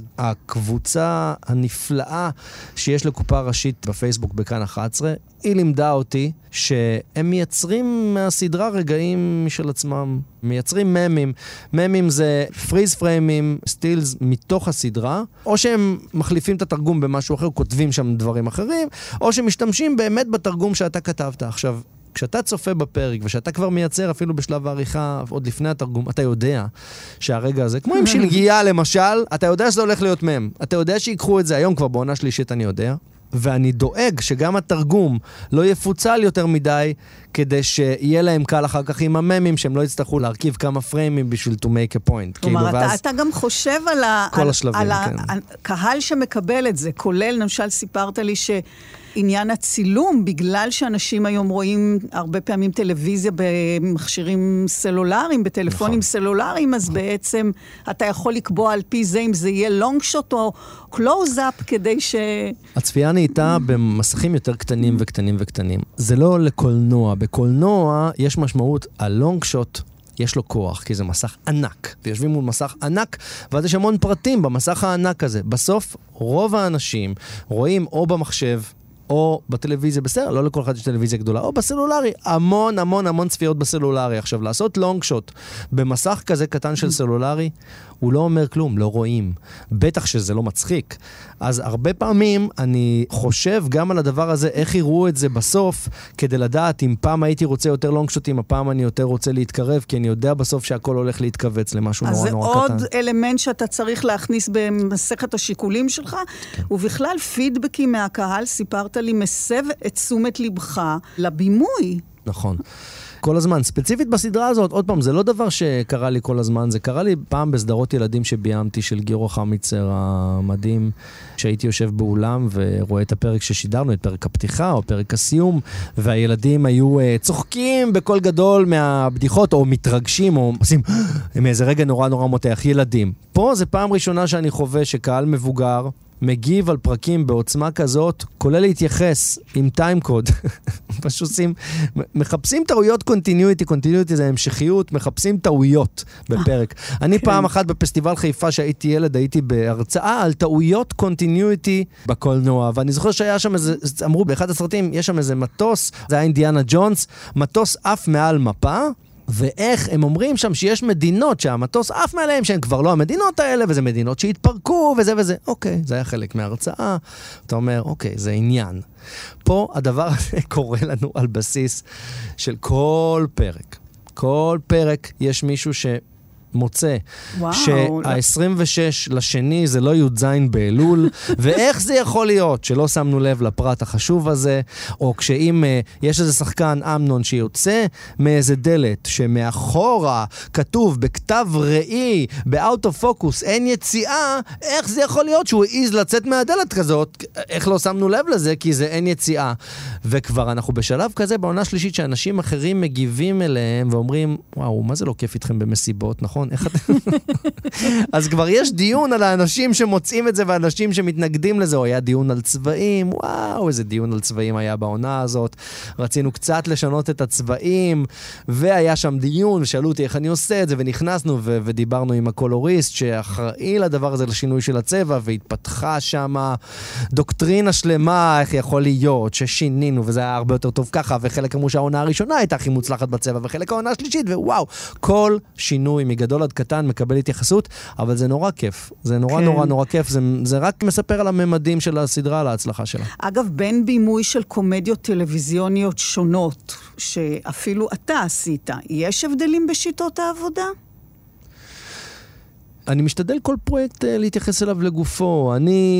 [SPEAKER 4] הקבוצה הנפלאה שיש לקופה ראשית בפייסבוק בכאן 11, היא לימדה אותי שהם מייצרים מהסדרה רגעים משל עצמם, מייצרים ממים. ממים זה פריז פריימים, סטילס מתוך הסדרה, או שהם מחליפים את התרגום במשהו אחר, כותבים שם דברים אחרים, או שמשתמשים באמת בתרגום שאתה כתבת. עכשיו, כשאתה צופה בפרק, ושאתה כבר מייצר אפילו בשלב העריכה, עוד לפני התרגום, אתה יודע שהרגע הזה, כמו עם שלגיה למשל, אתה יודע שזה הולך להיות מם. אתה יודע שיקחו את זה היום כבר בעונה שלישית, אני יודע. ואני דואג שגם התרגום לא יפוצל יותר מדי, כדי שיהיה להם קל אחר כך עם הממים, שהם לא יצטרכו להרכיב כמה פריימים בשביל to make a point.
[SPEAKER 3] כלומר, אתה גם חושב על הקהל שמקבל את זה, כולל, למשל, סיפרת לי עניין הצילום, בגלל שאנשים היום רואים הרבה פעמים טלוויזיה במכשירים סלולריים, בטלפונים סלולריים, אז בעצם אתה יכול לקבוע על פי זה אם זה יהיה לונג שוט או קלוז-אפ כדי
[SPEAKER 4] הצפייה נהייתה במסכים יותר קטנים וקטנים וקטנים. זה לא לקולנוע. בקולנוע יש משמעות, הלונג שוט יש לו כוח, כי זה מסך ענק, ויושבים מול מסך ענק, ואז יש המון פרטים במסך הענק הזה. בסוף, רוב האנשים רואים או במחשב, או בטלוויזיה בסדר, לא לכל אחד יש טלוויזיה גדולה, או בסלולרי, המון המון המון צפיות בסלולרי. עכשיו, לעשות לונג שוט במסך כזה קטן של סלולרי, הוא לא אומר כלום, לא רואים. בטח שזה לא מצחיק. אז הרבה פעמים אני חושב גם על הדבר הזה, איך יראו את זה בסוף, כדי לדעת אם פעם הייתי רוצה יותר לונג שוטים, הפעם אני יותר רוצה להתקרב, כי אני יודע בסוף שהכל הולך להתכווץ למשהו נורא נורא קטן.
[SPEAKER 3] אז זה עוד אלמנט שאתה צריך להכניס במסכת השיקולים שלך, ובכלל פידבקים מהקהל, סיפרת לי, מסב את תשומת לבך לבימוי.
[SPEAKER 4] נכון. כל הזמן. ספציפית בסדרה הזאת, עוד פעם, זה לא דבר שקרה לי כל הזמן, זה קרה לי פעם בסדרות ילדים שביימתי של גירו חמיצר המדהים, שהייתי יושב באולם ורואה את הפרק ששידרנו, את פרק הפתיחה או פרק הסיום, והילדים היו צוחקים בקול גדול מהבדיחות, או מתרגשים, או עושים מאיזה רגע נורא נורא מותח, ילדים. פה זה פעם ראשונה שאני חווה שקהל מבוגר, מגיב על פרקים בעוצמה כזאת, כולל להתייחס עם טיים קוד. פשוט מחפשים טעויות קונטיניויטי, קונטיניויטי זה המשכיות, מחפשים טעויות בפרק. אני פעם אחת בפסטיבל חיפה שהייתי ילד, הייתי בהרצאה על טעויות קונטיניויטי בקולנוע, ואני זוכר שהיה שם איזה, אמרו באחד הסרטים, יש שם איזה מטוס, זה היה אינדיאנה ג'ונס, מטוס אף מעל מפה, ואיך הם אומרים שם שיש מדינות שהמטוס אף מעליהם שהן כבר לא המדינות האלה, וזה מדינות שהתפרקו וזה וזה. אוקיי, זה היה חלק מההרצאה. אתה אומר, אוקיי, זה עניין. פה הדבר הזה קורה לנו על בסיס של כל פרק. כל פרק יש מישהו מוצא שה-26 לשני זה לא י"ז באלול, ואיך זה יכול להיות שלא שמנו לב לפרט החשוב הזה, או כשאם יש איזה שחקן אמנון שיוצא מאיזה דלת שמאחורה כתוב בכתב ראי, ב-out of focus, אין יציאה, איך זה יכול להיות שהוא העיז לצאת מהדלת כזאת? איך לא שמנו לב לזה? כי זה אין יציאה. וכבר אנחנו בשלב כזה בעונה שלישית שאנשים אחרים מגיבים אליהם ואומרים, וואו, מה זה לא כיף איתכם במסיבות, נכון? נכון? אז כבר יש דיון על האנשים שמוצאים את זה, ואנשים שמתנגדים לזה, או היה דיון על צבעים, וואו, איזה דיון על צבעים היה בעונה הזאת. רצינו קצת לשנות את הצבעים, והיה שם דיון, ושאלו אותי איך אני עושה את זה, ונכנסנו ודיברנו עם הקולוריסט, שאחראי לדבר הזה לשינוי של הצבע, והתפתחה שם דוקטרינה שלמה, איך יכול להיות, ששינינו, וזה היה הרבה יותר טוב ככה, וחלק אמרו שהעונה הראשונה הייתה הכי מוצלחת בצבע, וחלק העונה השלישית, ווואו, כל שינוי מגדול עד קטן מקבל התייחסות, אבל זה נורא כיף. זה נורא נורא נורא כיף, זה רק מספר על הממדים של הסדרה, על ההצלחה שלה.
[SPEAKER 3] אגב, בין בימוי של קומדיות טלוויזיוניות שונות, שאפילו אתה עשית, יש הבדלים בשיטות העבודה?
[SPEAKER 4] אני משתדל כל פרויקט להתייחס אליו לגופו.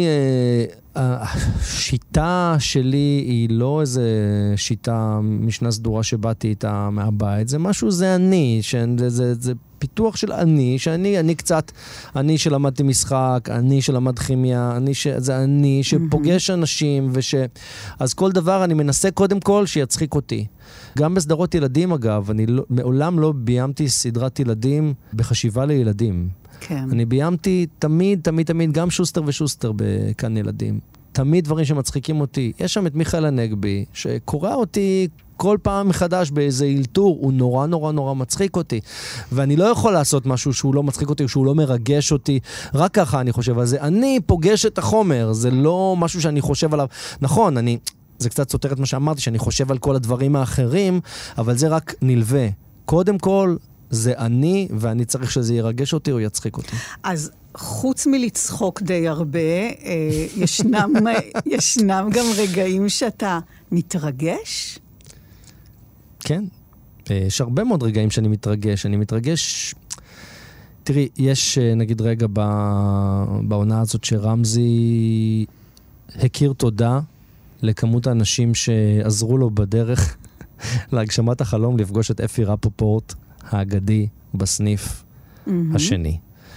[SPEAKER 4] השיטה שלי היא לא איזה שיטה משנה סדורה שבאתי איתה מהבית. זה משהו, זה אני, זה פיתוח של שאני קצת, אני שלמדתי משחק, אני שלמד כימיה, זה אני שפוגש אנשים, אז כל דבר אני מנסה קודם כל שיצחיק אותי. גם בסדרות ילדים אגב, אני מעולם לא ביימתי סדרת ילדים בחשיבה לילדים.
[SPEAKER 3] כן.
[SPEAKER 4] אני ביימתי תמיד, גם שוסטר ושוסטר בכאן ילדים. תמיד דברים שמצחיקים אותי. יש שם את מיכאל הנגבי, שקורא אותי כל פעם מחדש באיזה אילתור, הוא נורא נורא נורא מצחיק אותי. ואני לא יכול לעשות משהו שהוא לא מצחיק אותי, שהוא לא מרגש אותי. רק ככה אני חושב על זה. אני פוגש את החומר, זה לא משהו שאני חושב עליו. נכון, זה קצת סותר את מה שאמרתי, שאני חושב על כל הדברים האחרים, אבל זה רק נלווה. קודם כל, זה אני, ואני צריך שזה ירגש אותי או יצחיק אותי.
[SPEAKER 3] אז חוץ מלצחוק די הרבה, ישנם גם רגעים שאתה מתרגש?
[SPEAKER 4] כן. יש הרבה מאוד רגעים שאני מתרגש. אני מתרגש... תראי, יש נגיד רגע בעונה הזאת שרמזי הכיר תודה לכמות האנשים שעזרו לו בדרך להגשמת החלום לפגוש את אפי רפופורט האגדי בסניף השני.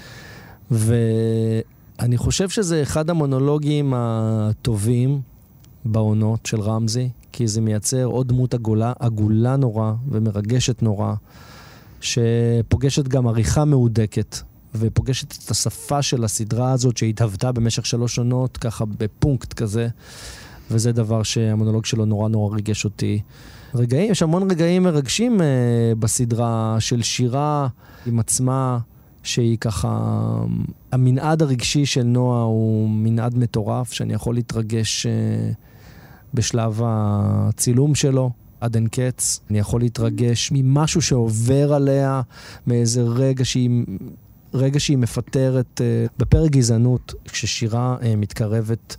[SPEAKER 4] ואני חושב שזה אחד המונולוגים הטובים בעונות של רמזי, כי זה מייצר עוד דמות עגולה נורא ומרגשת נורא, שפוגשת גם עריכה מהודקת, ופוגשת את השפה של הסדרה הזאת שהתהוותה במשך 3 עונות, ככה בפונקט כזה, וזה דבר שהמונולוג שלו נורא נורא ריגש אותי. יש המון רגעים מרגשים בסדרה של שירה עם עצמה, שהיא ככה, המנעד הרגשי של נועה הוא מנעד מטורף, שאני יכול להתרגש בשלב הצילום שלו, עד אין קץ. אני יכול להתרגש ממשהו שעובר עליה, מאיזה רגע שהיא מפטרת, בפרק גזענות, כששירה מתקרבת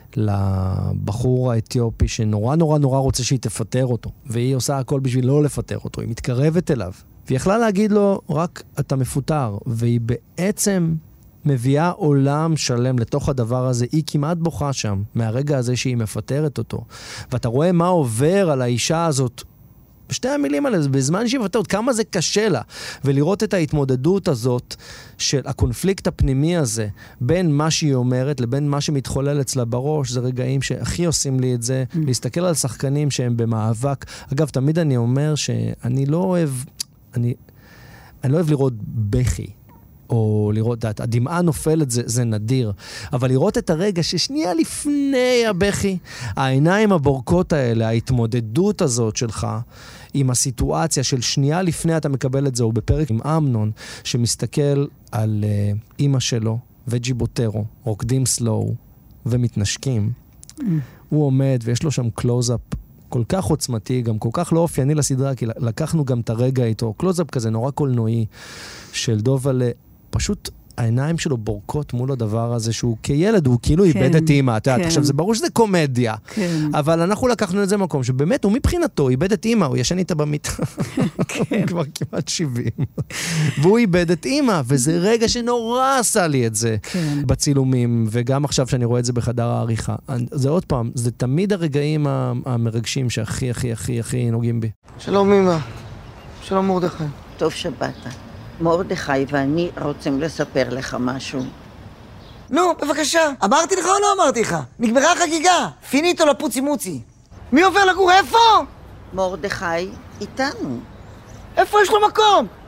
[SPEAKER 4] לבחור האתיופי שנורא נורא נורא רוצה שהיא תפטר אותו, והיא עושה הכל בשביל לא לפטר אותו, היא מתקרבת אליו, והיא יכלה להגיד לו, רק אתה מפוטר, והיא בעצם מביאה עולם שלם לתוך הדבר הזה, היא כמעט בוכה שם, מהרגע הזה שהיא מפטרת אותו, ואתה רואה מה עובר על האישה הזאת, בשתי המילים האלה, בזמן שהיא מפטרת, כמה זה קשה לה, ולראות את ההתמודדות הזאת, של הקונפליקט הפנימי הזה, בין מה שהיא אומרת, לבין מה שמתחולל אצלה בראש, זה רגעים שהכי עושים לי את זה, להסתכל על שחקנים שהם במאבק. אגב, תמיד אני אומר שאני לא אוהב, אני לא אוהב לראות בכי, או לראות, הדמעה נופלת, זה נדיר. אבל לראות את הרגע ששנייה לפני הבכי, העיניים הבורקות האלה, ההתמודדות הזאת שלך, עם הסיטואציה של שנייה לפני אתה מקבל את זה, הוא בפרק עם אמנון, שמסתכל על אמא שלו, וג'יבוטרו, רוקדים סלואו, ומתנשקים. הוא עומד, ויש לו שם קלוז-אפ, כל כך עוצמתי, גם כל כך לא אופייני לסדרה, כי לקחנו גם את הרגע איתו, קלוז-אפ כזה נורא קולנועי, של דובלה, פשוט העיניים שלו בורקות מול הדבר הזה, שהוא כילד, הוא כאילו איבד את אימא. עכשיו, זה ברור שזה קומדיה, אבל אנחנו לקחנו את זה מקום, שבאמת, הוא מבחינתו איבד את אימא, הוא ישן איתה במיטה, כבר כמעט 70. והוא איבד את אימא, וזה רגע שנורא עשה לי את זה בצילומים, וגם עכשיו שאני רואה את זה בחדר העריכה. זה עוד פעם, זה תמיד הרגעים המרגשים שהכי, הכי, הכי, הכי נוגעים בי.
[SPEAKER 6] שלום אמא, שלום מרדכי.
[SPEAKER 8] טוב שבאת. מרדכי ואני רוצים לספר לך משהו.
[SPEAKER 6] נו, בבקשה. אמרתי לך או לא אמרתי לך? נגמרה החגיגה. פיניטו לפוצי מוצי. מי עובר לגור? איפה?
[SPEAKER 8] מרדכי איתנו.
[SPEAKER 6] איפה יש לו מקום?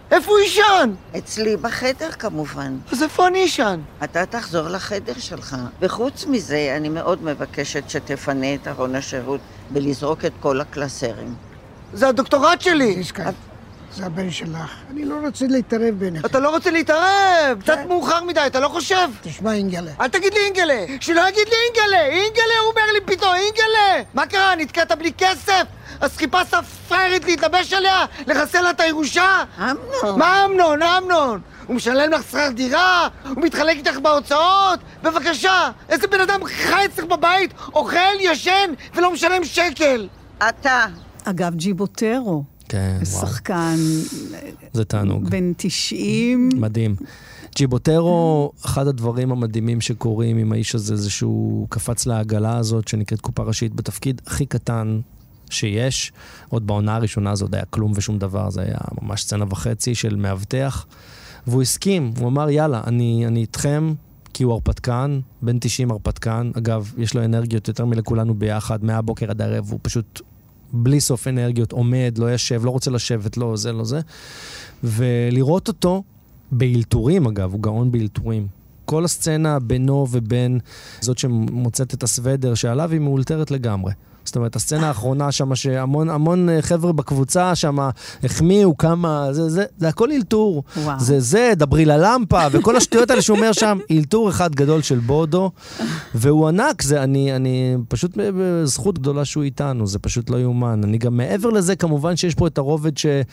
[SPEAKER 6] איפה הוא ישן?
[SPEAKER 8] אצלי בחדר כמובן.
[SPEAKER 6] אז איפה אני ישן?
[SPEAKER 8] אתה תחזור לחדר שלך. וחוץ מזה, אני מאוד מבקשת שתפנה את ארון השירות ולזרוק את כל הקלסרים.
[SPEAKER 6] זה הדוקטורט שלי.
[SPEAKER 9] ישקה, זה הבן שלך. אני לא רוצה להתערב ביניכם.
[SPEAKER 6] אתה לא רוצה להתערב? קצת מאוחר מדי, אתה לא חושב?
[SPEAKER 9] תשמע, אינגלה.
[SPEAKER 6] אל תגיד לי אינגלה. שלא יגיד לי אינגלה. אינגלה, הוא אומר לי פתאום, אינגלה. מה קרה? נתקעת בלי כסף? אז חיפשת פריירית להתלבש עליה? לחסל לה את הירושה?
[SPEAKER 8] אמנון.
[SPEAKER 6] מה אמנון? אמנון? הוא משלם לך שכר דירה? הוא מתחלק איתך בהוצאות? בבקשה, איזה בן אדם חי אצלך בבית, אוכל, ישן ולא משלם שקל?
[SPEAKER 8] אתה.
[SPEAKER 3] אגב, ג'יבוטרו.
[SPEAKER 4] כן, וואו.
[SPEAKER 3] שחקן
[SPEAKER 4] זה תענוג.
[SPEAKER 3] בן 90.
[SPEAKER 4] מדהים. ג'יבוטרו, אחד הדברים המדהימים שקורים עם האיש הזה, זה שהוא קפץ לעגלה הזאת, שנקראת קופה ראשית, בתפקיד הכי קטן שיש. עוד בעונה הראשונה הזאת היה כלום ושום דבר, זה היה ממש סצנה וחצי של מאבטח. והוא הסכים, הוא אמר, יאללה, אני איתכם, כי הוא הרפתקן, בן 90 הרפתקן. אגב, יש לו אנרגיות יותר מלכולנו ביחד, מהבוקר עד הערב, הוא פשוט בלי סוף אנרגיות, עומד, לא ישב, לא רוצה לשבת, לא זה, לא זה. ולראות אותו באלתורים, אגב, הוא גאון באלתורים. כל הסצנה בינו ובין זאת שמוצאת את הסוודר שעליו היא מאולתרת לגמרי. זאת אומרת, הסצנה האחרונה שם, שהמון חבר'ה בקבוצה שם החמיאו כמה, זה הכל אלתור. זה, דברי ללמפה, וכל השטויות האלה שהוא אומר שם, אלתור אחד גדול של בודו, והוא ענק, אני פשוט בזכות גדולה שהוא איתנו, זה פשוט לא יאומן. אני גם מעבר לזה, כמובן שיש פה את הרובד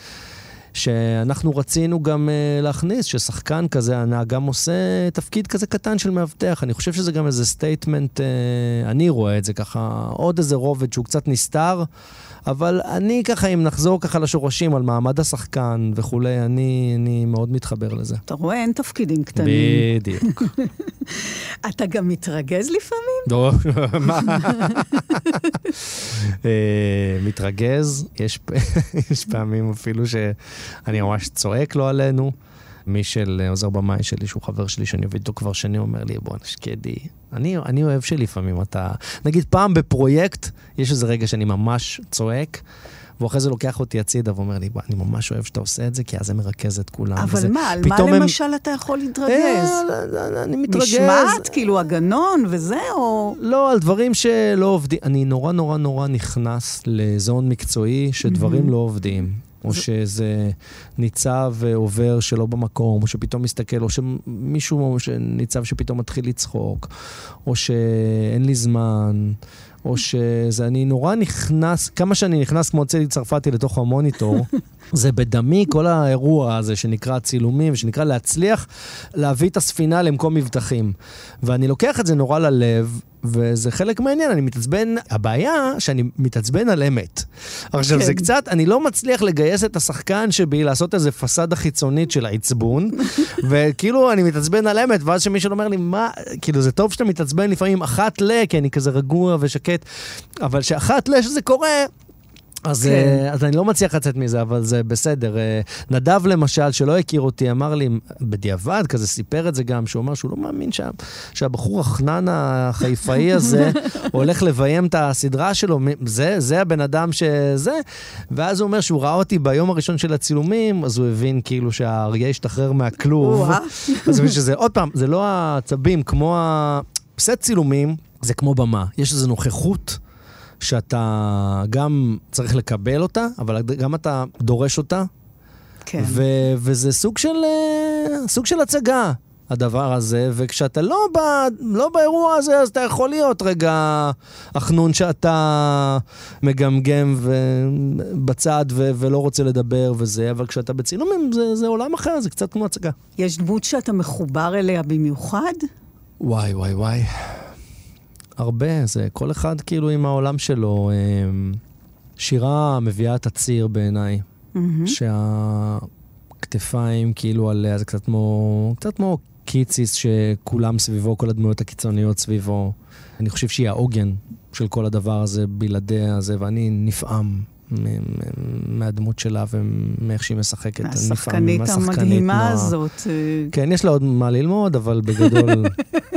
[SPEAKER 4] שאנחנו רצינו גם להכניס, ששחקן כזה ענק גם עושה תפקיד כזה קטן של מאבטח. אני חושב שזה גם איזה סטייטמנט, אני רואה את זה ככה, עוד איזה רובד שהוא קצת נסתר, אבל אני ככה, אם נחזור ככה לשורשים על מעמד השחקן וכולי, אני מאוד מתחבר לזה.
[SPEAKER 3] אתה רואה, אין תפקידים קטנים.
[SPEAKER 4] בדיוק.
[SPEAKER 3] אתה גם מתרגז לפעמים?
[SPEAKER 4] לא, מה? מתרגז, יש פעמים אפילו שאני ממש צועק לו עלינו. מי של עוזר במאי שלי, שהוא חבר שלי, שאני עובד איתו כבר שני, אומר לי, בוא נשקדי. אני אוהב שלפעמים אתה... נגיד פעם בפרויקט, יש איזה רגע שאני ממש צועק, ואחרי זה לוקח אותי הצידה ואומר לי, אני ממש אוהב שאתה עושה את זה, כי אז זה מרכז את כולם.
[SPEAKER 3] אבל מה, על מה למשל אתה יכול להתרגז?
[SPEAKER 4] אני מתרגז.
[SPEAKER 3] משמעת, כאילו הגנון וזה, או...
[SPEAKER 4] לא, על דברים שלא עובדים. אני נורא נורא נורא נכנס לזון מקצועי שדברים לא עובדים. או שזה ניצב ועובר שלא במקום, או שפתאום מסתכל, או שמישהו ניצב שפתאום מתחיל לצחוק, או שאין לי זמן, או שזה, אני נורא נכנס, כמה שאני נכנס כמו צדי צרפתי לתוך המוניטור, זה בדמי כל האירוע הזה שנקרא צילומים, שנקרא להצליח להביא את הספינה למקום מבטחים. ואני לוקח את זה נורא ללב, וזה חלק מעניין, אני מתעצבן, הבעיה שאני מתעצבן על אמת. עכשיו זה קצת, אני לא מצליח לגייס את השחקן שבי לעשות איזה פסדה חיצונית של העצבון, וכאילו אני מתעצבן על אמת, ואז שמישהו אומר לי, מה, כאילו זה טוב שאתה מתעצבן לפעמים אחת כי אני כזה רגוע ושקט, אבל שאחת שזה קורה, אז אני לא מצליח לצאת מזה, אבל זה בסדר. נדב למשל, שלא הכיר אותי, אמר לי, בדיעבד, כזה סיפר את זה גם, שהוא אמר שהוא לא מאמין שהבחור החנן החיפאי הזה הולך לביים את הסדרה שלו, זה הבן אדם שזה, ואז הוא אומר שהוא ראה אותי ביום הראשון של הצילומים, אז הוא הבין כאילו שהאריה השתחרר מהכלוב. אז הוא שזה, עוד פעם, זה לא העצבים, כמו סט צילומים, זה כמו במה. יש איזו נוכחות, שאתה גם צריך לקבל אותה, אבל גם אתה דורש אותה.
[SPEAKER 3] כן.
[SPEAKER 4] וזה סוג של הצגה, הדבר הזה, וכשאתה לא באירוע הזה, אז אתה יכול להיות רגע החנון שאתה מגמגם בצד ולא רוצה לדבר וזה, אבל כשאתה בצילומים זה עולם אחר, זה קצת כמו הצגה.
[SPEAKER 3] יש דמות שאתה מחובר אליה במיוחד?
[SPEAKER 4] וואי, וואי, וואי. הרבה, זה כל אחד כאילו עם העולם שלו. שירה מביאה את הציר בעיניי, שהכתפיים כאילו עליה, זה קצת כמו קיציס שכולם סביבו, כל הדמויות הקיצוניות סביבו. אני חושב שהיא העוגן של כל הדבר הזה, בלעדיה הזה, ואני נפעם מהדמות שלה ומאיך שהיא משחקת.
[SPEAKER 3] השחקנית המדהימה הזאת.
[SPEAKER 4] כן, יש לה עוד מה ללמוד, אבל בגדול...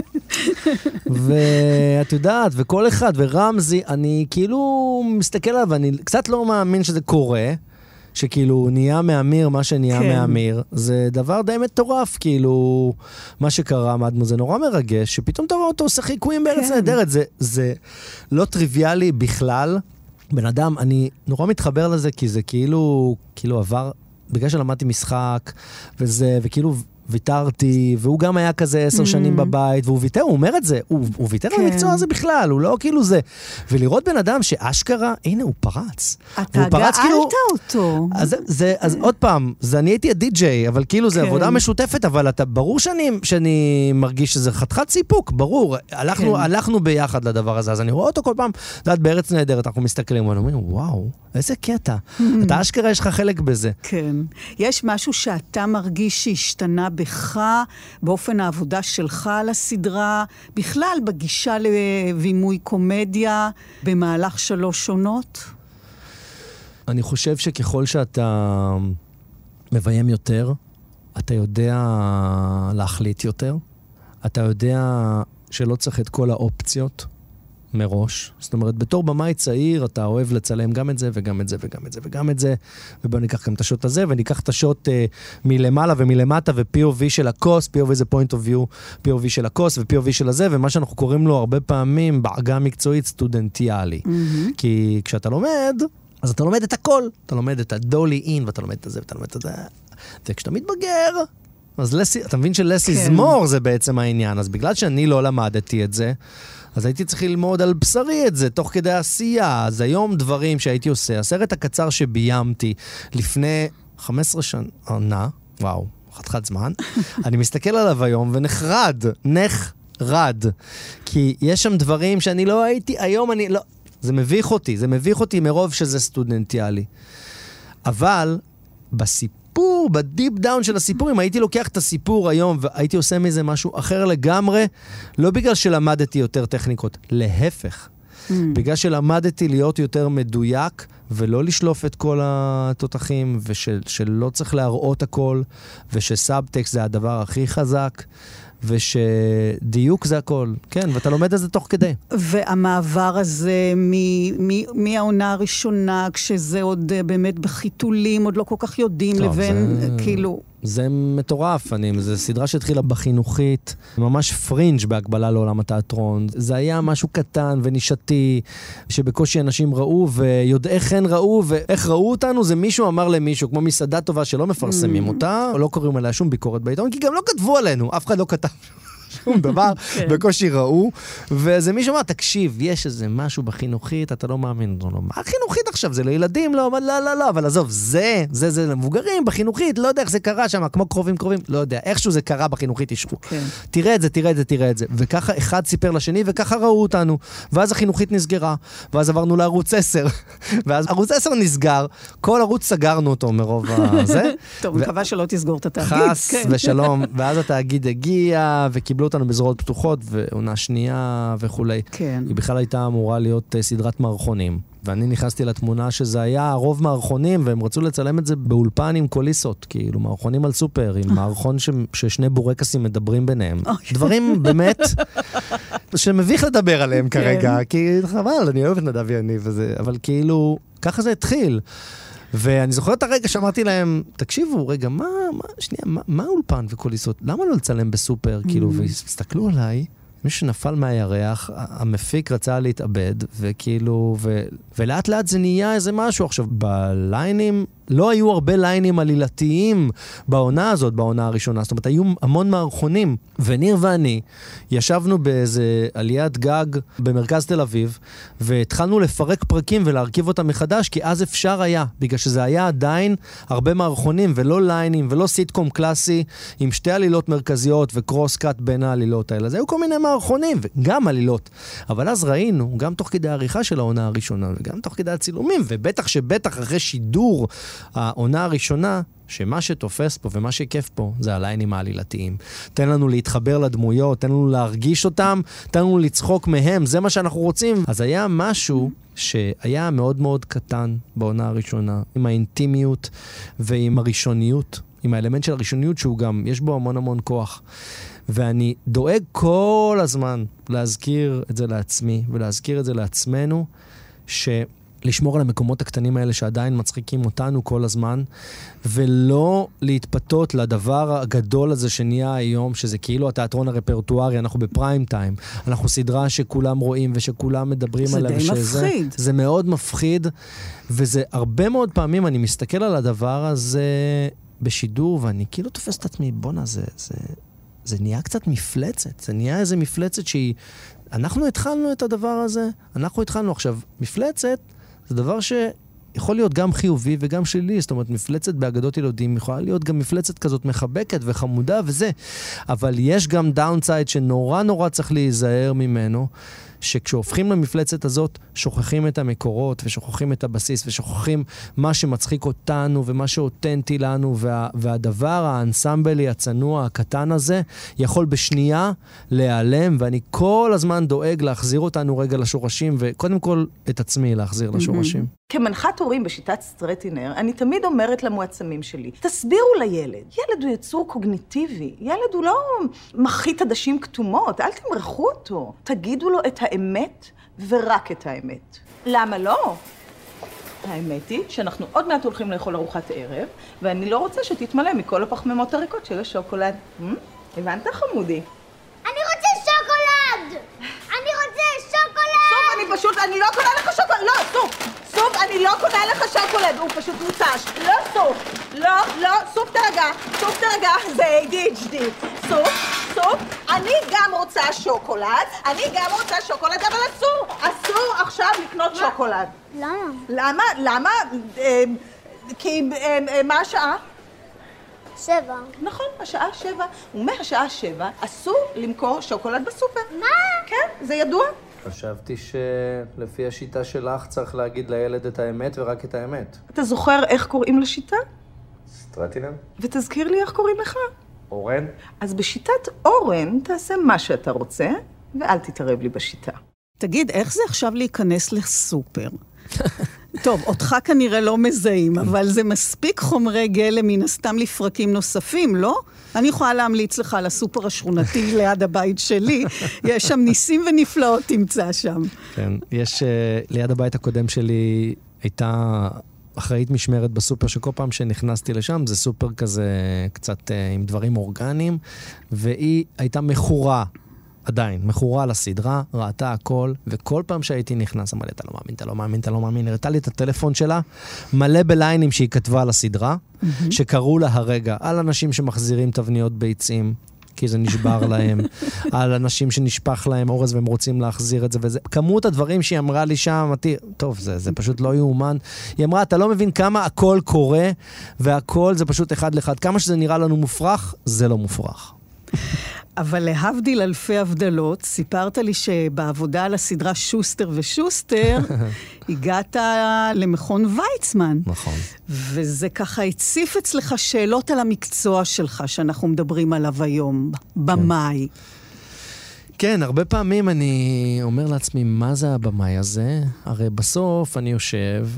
[SPEAKER 4] ואת יודעת, וכל אחד, ורמזי, אני כאילו מסתכל עליו, ואני קצת לא מאמין שזה קורה, שכאילו נהיה מאמיר מה שנהיה מאמיר, זה דבר די מטורף, כאילו, מה שקרה, זה נורא מרגש, שפתאום אתה רואה אותו עושה חיקויים בארץ נהדרת, זה לא טריוויאלי בכלל. בן אדם, אני נורא מתחבר לזה, כי זה כאילו עבר, בגלל שלמדתי משחק, וכאילו ויתרתי, והוא גם היה כזה 10 שנים בבית, והוא ויתר, הוא אומר את זה, הוא ויתר על המקצוע הזה בכלל, הוא לא כאילו זה. ולראות בן אדם שאשכרה, הנה, הוא פרץ.
[SPEAKER 3] אתה גאלת אותו.
[SPEAKER 4] אז עוד פעם, אני הייתי הדי-ג'יי, אבל כאילו זה עבודה משותפת, אבל ברור שאני מרגיש שזה חתיכת סיפוק, ברור. הלכנו ביחד לדבר הזה, אז אני רואה אותו כל פעם, דעת בארץ נהדרת, אנחנו מסתכלים, ואומרים, וואו, איזה קטע. אתה אשכרה, יש לך חלק בזה.
[SPEAKER 3] כן. יש משהו שאתה מרגיש שהשתנה בך, באופן העבודה שלך על הסדרה, בכלל בגישה לבימוי קומדיה, במהלך 3 עונות?
[SPEAKER 4] אני חושב שככל שאתה מביים יותר, אתה יודע להחליט יותר, אתה יודע שלא צריך את כל האופציות מראש. זאת אומרת, בתור במאי צעיר, אתה אוהב לצלם גם את זה, וגם את זה, וגם את זה, וגם את זה, ובואו ניקח גם את השוט הזה, וניקח את השוט מלמעלה ומלמטה, ו-POV של הכוס, POV זה point of view, POV של הכוס, ו-POV של הזה, ומה שאנחנו קוראים לו הרבה פעמים, בעגה מקצועית, סטודנטיאלי. כי כשאתה לומד, אז אתה לומד את הכל. אתה לומד את הדולי אין, ואתה לומד את זה, ואתה לומד את זה. וכשאתה מתבגר, אז אתה מבין שלס יזמור זה בעצם העניין. אז בגלל שאני לא למדתי את זה, אז הייתי צריך ללמוד על בשרי את זה, תוך כדי עשייה. אז היום דברים שהייתי עושה, הסרט הקצר שביימתי לפני 15 שנה, וואו, חתיכת זמן, אני מסתכל עליו היום ונחרד, כי יש שם דברים שאני לא הייתי, היום אני לא, זה מביך אותי מרוב שזה סטודנטיאלי. אבל בסיפור, בדיפ דאון של הסיפור, אם הייתי לוקח את הסיפור היום והייתי עושה מזה משהו אחר לגמרי, לא בגלל שלמדתי יותר טכניקות, להפך. בגלל שלמדתי להיות יותר מדויק, ולא לשלוף את כל התותחים, ושלא צריך להראות הכל, ושסאבטקסט זה הדבר הכי חזק, ושדיוק זה הכל. כן, ואתה לומד את זה תוך כדי.
[SPEAKER 3] והמעבר הזה מהעונה הראשונה, כשזה עוד באמת בחיתולים, עוד לא כל כך יודעים, לבין כאילו...
[SPEAKER 4] זה מטורף, זו סדרה שהתחילה בחינוכית, ממש פרינג' בהקבלה לעולם התיאטרון. זה היה משהו קטן ונישתי, שבקושי אנשים ראו, ויודעי כן ראו, ואיך ראו אותנו, זה מישהו אמר למישהו, כמו מסעדה טובה שלא מפרסמים אותה, או לא קוראים עליה שום ביקורת בעיתון, כי גם לא כתבו עלינו, אף אחד לא כתב שום דבר, בקושי ראו, וזה מישהו אמר, תקשיב, יש איזה משהו בחינוכית, אתה לא מאמין, מה החינוכית עכשיו? זה לילדים? לא, אבל עזוב, זה למבוגרים, בחינוכית, לא יודע איך זה קרה שם, כמו קרובים, לא יודע, איכשהו זה קרה בחינוכית, תשכו. תראה את זה, וככה אחד סיפר לשני, וככה ראו אותנו, ואז החינוכית נסגרה, ואז עברנו לערוץ 10, ואז ערוץ 10 נסגר, כל ערוץ סגרנו אותו מרוב הזה.
[SPEAKER 3] טוב, מקווה שלא תסגור את התאגיד.
[SPEAKER 4] חס ושלום, ואז התאגיד הגיע, וקיבלו אותנו בזרועות פתוחות, ועונה שנייה וכולי.
[SPEAKER 3] כן.
[SPEAKER 4] היא בכלל הייתה אמורה להיות סדרת מערכונים. ואני נכנסתי לתמונה שזה היה רוב מערכונים, והם רצו לצלם את זה באולפן עם קוליסות, כאילו מערכונים על סופר, עם מערכון ששני בורקסים מדברים ביניהם. דברים באמת שמביך לדבר עליהם כרגע, כי חבל, אני אוהב את נדב יניב וזה, אבל כאילו, ככה זה התחיל. ואני זוכר את הרגע שאמרתי להם, תקשיבו, רגע, מה אולפן וקוליסות? למה לא לצלם בסופר? כאילו, והסתכלו עליי, מישהו שנפל מהירח, המפיק רצה להתאבד, וכאילו, ולאט לאט זה נהיה איזה משהו. עכשיו, בליינים, לא היו הרבה ליינים עלילתיים בעונה הזאת, בעונה הראשונה. זאת אומרת, היו המון מערכונים. וניר ואני ישבנו באיזה עליית גג במרכז תל אביב, והתחלנו לפרק פרקים ולהרכיב אותם מחדש, כי אז אפשר היה, בגלל שזה היה עדיין הרבה מערכונים, ולא ליינים, ולא סיטקום קלאסי, עם 2 עלילות מרכזיות וקרוס קאט בין העלילות האלה. זה היו כל מיני מערכונים, וגם עלילות. אבל אז ראינו, גם תוך כדי העריכה של העונה הראשונה, וגם תוך כדי הצילומים, ובטח אחרי שידור העונה הראשונה, שמה שתופס פה ומה שכיף פה, זה הליינים העלילתיים. תן לנו להתחבר לדמויות, תן לנו להרגיש אותם, תן לנו לצחוק מהם, זה מה שאנחנו רוצים. אז היה משהו שהיה מאוד מאוד קטן בעונה הראשונה, עם האינטימיות ועם הראשוניות, עם האלמנט של הראשוניות שהוא גם, יש בו המון כוח. ואני דואג כל הזמן להזכיר את זה לעצמי, ולהזכיר את זה לעצמנו, לשמור על המקומות הקטנים האלה שעדיין מצחיקים אותנו כל הזמן, ולא להתפתות לדבר הגדול הזה שנהיה היום, שזה כאילו התיאטרון הרפרטוארי, אנחנו בפריים טיים, אנחנו סדרה שכולם רואים ושכולם מדברים עליה.
[SPEAKER 3] זה די מפחיד.
[SPEAKER 4] זה מאוד מפחיד, וזה הרבה מאוד פעמים אני מסתכל על הדבר הזה בשידור, ואני כאילו תופס את עצמי, בונה, זה נהיה קצת מפלצת, זה נהיה איזה מפלצת שהיא, אנחנו התחלנו את הדבר הזה, אנחנו התחלנו עכשיו, מפלצת, זה דבר שיכול להיות גם חיובי וגם שלילי, זאת אומרת, מפלצת באגדות ילדים יכולה להיות גם מפלצת כזאת מחבקת וחמודה וזה, אבל יש גם דאונסייד שנורא נורא צריך להיזהר ממנו, שכשהופכים למפלצת הזאת, שוכחים את המקורות ושוכחים את הבסיס ושוכחים מה שמצחיק אותנו ומה שאותנטי לנו, והדבר האנסמבלי הצנוע הקטן הזה יכול בשנייה להיעלם, ואני כל הזמן דואג להחזיר אותנו רגע לשורשים, וקודם כל את עצמי להחזיר לשורשים.
[SPEAKER 10] כמנחת הורים בשיטת סטרטינר, אני תמיד אומרת למועצמים שלי, תסבירו לילד, ילד הוא יצור קוגניטיבי, ילד הוא לא מחית עדשים כתומות, אל תמרחו אותו, תגידו לו את האמת ורק את האמת. למה לא? האמת היא שאנחנו עוד מעט הולכים לאכול ארוחת ערב, ואני לא רוצה שתתמלא מכל הפחמימות הריקות של השוקולד. הבנת חמודי?
[SPEAKER 11] אני רוצה שוקולד! אני רוצה שוקולד!
[SPEAKER 10] סוף, אני לא קונה לך שוקולד, לא, סוף, אני לא קונה לך שוקולד, הוא פשוט מוצש. לא, סוף, תרגע, זה ADHD. סוף, אני גם רוצה שוקולד, אבל אסור עכשיו לקנות שוקולד. למה? כי מה השעה?
[SPEAKER 11] 7.
[SPEAKER 10] נכון, השעה 7, ומהשעה 7 אסור למכור שוקולד בסופר.
[SPEAKER 11] מה?
[SPEAKER 10] כן, זה ידוע.
[SPEAKER 4] חשבתי שלפי השיטה שלך צריך להגיד לילד את האמת ורק את האמת.
[SPEAKER 10] אתה זוכר איך קוראים לשיטה?
[SPEAKER 4] סטרטינר?
[SPEAKER 10] ותזכיר לי איך קוראים לך?
[SPEAKER 4] אורן?
[SPEAKER 10] אז בשיטת אורן תעשה מה שאתה רוצה, ואל תתערב לי בשיטה.
[SPEAKER 3] תגיד, איך זה עכשיו להיכנס לסופר? טוב, אותך כנראה לא מזהים, אבל זה מספיק חומרי גלם מן הסתם לפרקים נוספים, לא? אני יכולה להמליץ לך על הסופר השכונתי ליד הבית שלי, יש שם ניסים ונפלאות תמצא שם.
[SPEAKER 4] כן, יש, ליד הבית הקודם שלי הייתה אחראית משמרת בסופר, שכל פעם שנכנסתי לשם, זה סופר כזה קצת עם דברים אורגניים, והיא הייתה מכורה, עדיין, מכורה לסדרה, ראתה הכל, וכל פעם שהייתי נכנס, אמרה לי, אתה לא מאמין, הראתה לי את הטלפון שלה, מלא בליינים שהיא כתבה על הסדרה, שקראו לה הרגע, על אנשים שמחזירים תבניות ביצים, כי זה נשבר להם, על אנשים שנשפך להם אורז והם רוצים להחזיר את זה, וזה, כמות הדברים שהיא אמרה לי שם, אמרתי, טוב, זה פשוט לא יאומן. היא אמרה, אתה לא מבין כמה הכל קורה, והכל זה פשוט אחד לאחד. כמה שזה נראה לנו מופרך, זה לא מופרך.
[SPEAKER 3] אבל להבדיל אלפי הבדלות, סיפרת לי שבעבודה על הסדרה שוסטר ושוסטר, הגעת למכון ויצמן.
[SPEAKER 4] נכון.
[SPEAKER 3] וזה ככה הציף אצלך שאלות על המקצוע שלך, שאנחנו מדברים עליו היום, במאי.
[SPEAKER 4] כן, הרבה פעמים אני אומר לעצמי, מה זה הבמאי הזה? הרי בסוף אני יושב,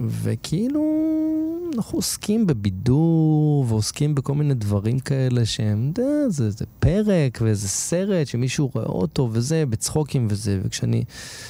[SPEAKER 4] וכאילו אנחנו עוסקים בבידור, ועוסקים בכל מיני דברים כאלה שהם, זה פרק ואיזה סרט שמישהו רואה אותו וזה, בצחוקים וזה, וכשאני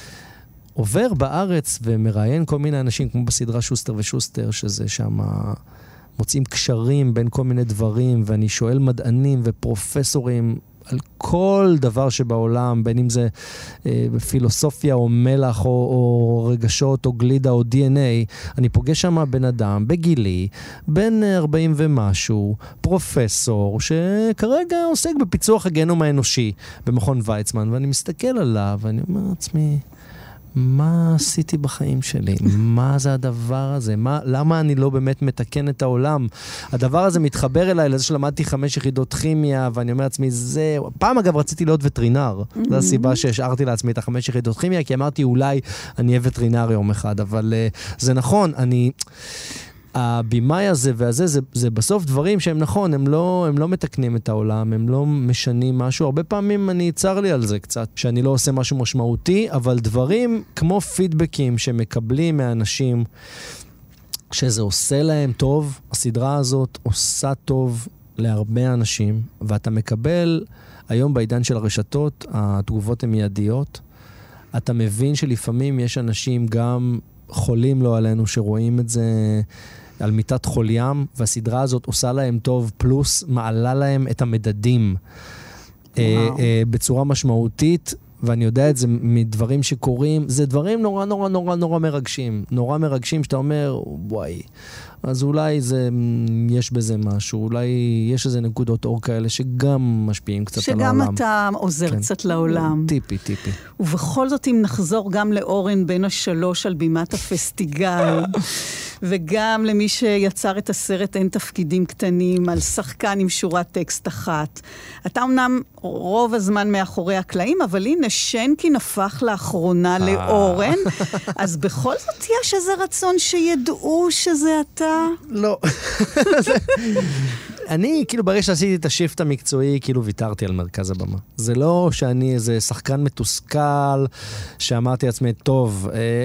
[SPEAKER 4] עובר בארץ ומראיין כל מיני אנשים, כמו בסדרה שוסטר ושוסטר, שזה שם מוצאים קשרים בין כל מיני דברים, ואני שואל מדענים ופרופסורים על כל דבר שבעולם, בין אם זה פילוסופיה או מלח או רגשות או גלידה או DNA, אני פוגש שם בן אדם בגילי, בין 40 ומשהו, פרופסור שכרגע עוסק בפיצוח הגנום האנושי במכון ויצמן, ואני מסתכל עליו ואני אומר לעצמי, מה עשיתי בחיים שלי? מה זה הדבר הזה? למה אני לא באמת מתקן את העולם? הדבר הזה מתחבר אליי לזה שלמדתי 5 יחידות כימיה, ואני אומר לעצמי, פעם אגב רציתי להיות וטרינר. זו הסיבה שהשארתי לעצמי את 5 יחידות כימיה, כי אמרתי אולי אני אהיה וטרינר יום אחד, אבל זה נכון, הבימאי הזה והזה, זה בסוף דברים שהם נכון, הם לא מתקנים את העולם, הם לא משנים משהו. הרבה פעמים אני צר לי על זה קצת, שאני לא עושה משהו משמעותי, אבל דברים כמו פידבקים שמקבלים מאנשים, שזה עושה להם טוב, הסדרה הזאת עושה טוב להרבה אנשים, ואתה מקבל, היום בעידן של הרשתות, התגובות הן מיידיות, אתה מבין שלפעמים יש אנשים גם חולים לא עלינו שרואים את זה על מיטת חולים, והסדרה הזאת עושה להם טוב, פלוס מעלה להם את המדדים בצורה משמעותית, ואני יודע את זה מדברים שקורים, זה דברים נורא נורא נורא נורא מרגשים. נורא מרגשים שאתה אומר, וואי, אז אולי יש בזה משהו, אולי יש איזה נקודות אור כאלה שגם משפיעים קצת על העולם.
[SPEAKER 3] שגם אתה עוזר קצת לעולם.
[SPEAKER 4] טיפי.
[SPEAKER 3] ובכל זאת, אם נחזור גם לאורן בן השלוש על בימת הפסטיגל, וגם למי שיצר את הסרט אין תפקידים קטנים, על שחקן עם שורת טקסט אחת. אתה אמנם רוב הזמן מאחורי הקלעים, אבל הנה שנקין הפך לאחרונה לאורן, אז בכל זאת יש איזה רצון שידעו שזה אתה?
[SPEAKER 4] לא. אני, כאילו, ברגע שעשיתי את השיפט המקצועי, כאילו ויתרתי על מרכז הבמה. זה לא שאני איזה שחקן מתוסכל, שאמרתי לעצמי, טוב,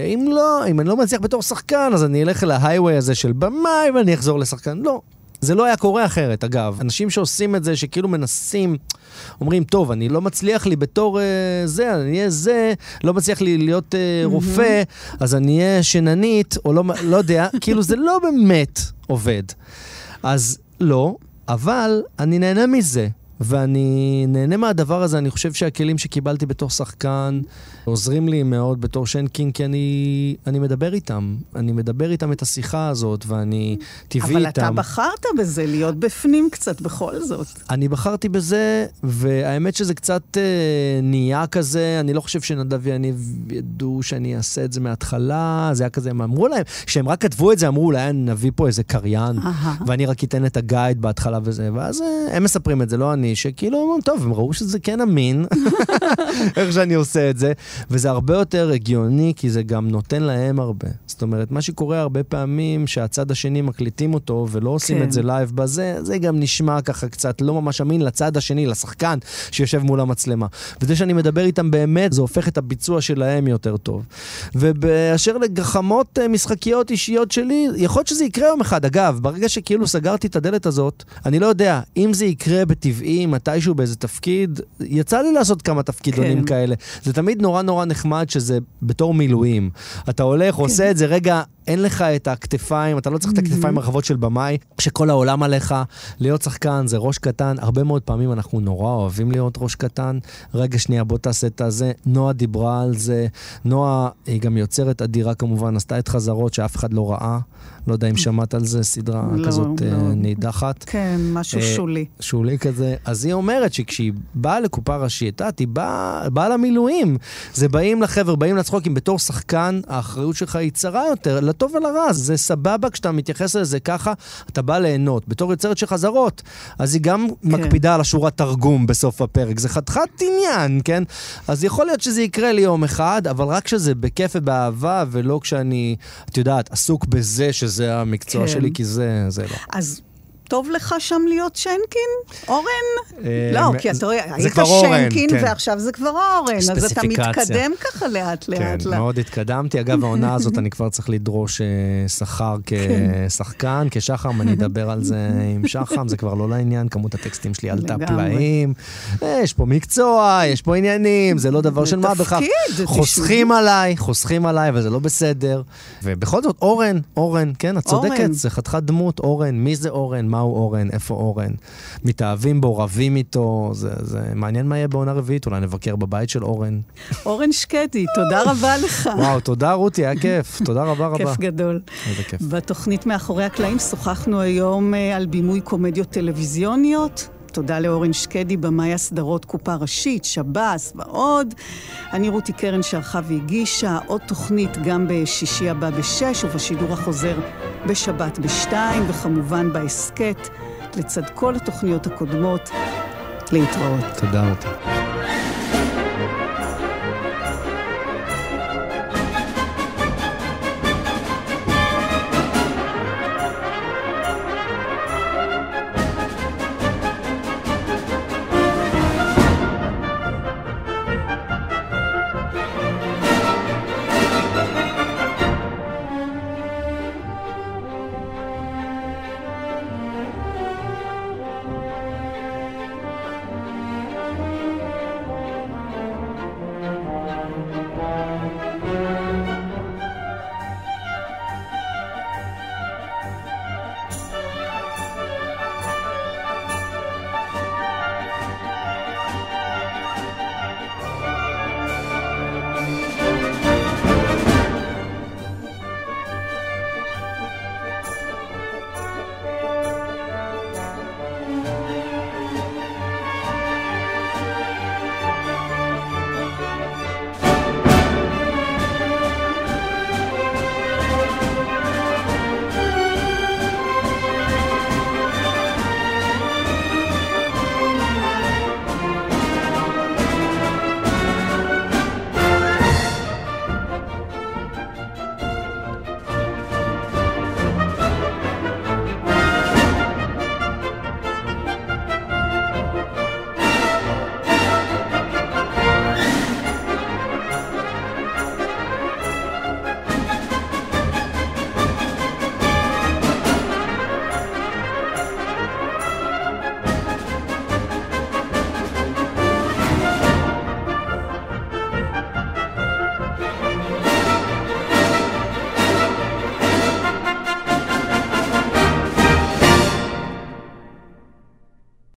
[SPEAKER 4] אם אני לא מצליח בתור שחקן, אז אני אלך להייווי הזה של במאי, ואני אחזור לשחקן. לא. זה לא היה קורה אחרת, אגב. אנשים שעושים את זה, שכאילו מנסים, אומרים, טוב, אני לא מצליח לי בתור זה, אני אהיה זה, לא מצליח לי להיות רופא, אז אני אהיה שננית, או לא יודע, כאילו זה לא באמת עובד. אז לא, אבל אני נהנה מזה, ואני נהנה מהדבר הזה. אני חושב שהכלים שקיבלתי בתור שחקן עוזרים לי מאוד בתור שנקין, כי אני מדבר איתם. אני מדבר איתם את השיחה הזאת, ואני טבעי איתם.
[SPEAKER 3] אבל אתה בחרת בזה, להיות בפנים קצת בכל זאת.
[SPEAKER 4] אני בחרתי בזה, והאמת שזה קצת נהיה כזה. אני לא חושב שנדב ויניב ידעו שאני אעשה את זה מההתחלה. זה היה כזה, הם אמרו להם, כשהם רק כתבו את זה, אמרו, אולי נביא פה איזה קריין, ואני רק אתן את הגייד בהתחלה וזה. ואז הם מספרים את זה, לא אני, שכאילו, טוב, הם ראו שזה כן אמין, איך שאני עושה את זה. וזה הרבה יותר הגיוני, כי זה גם נותן להם הרבה. זאת אומרת, מה שקורה הרבה פעמים, שהצד השני מקליטים אותו, ולא עושים את זה לייב בזה, זה גם נשמע ככה קצת לא ממש אמין לצד השני, לשחקן שיושב מול המצלמה. וזה שאני מדבר איתם באמת, זה הופך את הביצוע שלהם יותר טוב. ובאשר לגחמות משחקיות אישיות שלי, יכול להיות שזה יקרה יום אחד. אגב, ברגע שכאילו סגרתי את הדלת הזאת, אני לא יודע, אם זה יקרה בטבעי, מתישהו באיזה תפקיד, יצא לי לעשות כמה תפקידונים כאלה. זה תמיד נורא נורא נחמד שזה בתור מילואים. אתה הולך, עושה את זה, רגע, אין לך את הכתפיים, אתה לא צריך את הכתפיים הרחבות של במאי, שכל העולם עליך, להיות שחקן זה ראש קטן. הרבה מאוד פעמים אנחנו נורא אוהבים להיות ראש קטן. רגע שנייה, בוא תעשה את זה. נועה דיברה על זה. נועה היא גם יוצרת אדירה כמובן, עשתה את חזרות שאף אחד לא ראה. לא יודע אם שמעת על זה, סדרה כזאת נידחת.
[SPEAKER 3] כן, משהו שולי.
[SPEAKER 4] שולי כזה. אז היא אומרת שכשהיא באה לקופה ראשית, היא באה למילואים. זה באים לחבר, באים לצחוקים. בתור שחקן, האחריות שלך היא צרה יותר, לטוב ולרע. זה סבבה כשאתה מתייחס לזה ככה, אתה בא ליהנות. בתור יוצרת של חזרות, אז היא גם מקפידה על השורת תרגום בסוף הפרק. זה חתיכת עניין, כן? אז יכול להיות שזה יקרה לי יום אחד, אבל רק שזה בכיף ובאהבה, ולא כשאני, את יודעת, עסוק בזה שזה המקצוע שלי, כי זה לא.
[SPEAKER 3] אז טוב לך שם להיות שנקין? אורן? לא, כי אתה רואה, היית שנקין ועכשיו זה כבר אורן, אז אתה מתקדם ככה לאט לאט.
[SPEAKER 4] כן, מאוד התקדמתי. אגב, העונה הזאת אני כבר צריך לדרוש שכר כשחקן, כשחם, אני אדבר על זה עם שחם, זה כבר לא לעניין, כמות הטקסטים שלי עלתה פלאים, יש פה מקצוע, יש פה עניינים, זה לא דבר של מה בכך. חוסכים עליי, וזה לא בסדר. ובכל זאת, אורן, כן, את צודקת, זה חתיכת דמות, אורן, מי זה אורן? מהו אורן? איפה אורן? מתאהבים בו, רבים איתו, זה מעניין מה יהיה בעונה רביעית, אולי נבקר בבית של אורן.
[SPEAKER 3] אורן שקדי, תודה רבה לך.
[SPEAKER 4] וואו, תודה רותי, היה כיף, תודה רבה.
[SPEAKER 3] כיף גדול.
[SPEAKER 4] איזה כיף.
[SPEAKER 3] בתוכנית מאחורי הקלעים שוחחנו היום על בימוי קומדיות טלוויזיוניות. תודה לאורן שקדי, במאי הסדרות קופה ראשית, שב"ס ועוד. אני רותי קרן שערכה והגישה עוד תוכנית גם בשישי הבא ב-6 ובשידור החוזר בשבת ב-2 וכמובן בהסקט לצד כל התוכניות הקודמות. להתראות.
[SPEAKER 4] תודה רותי.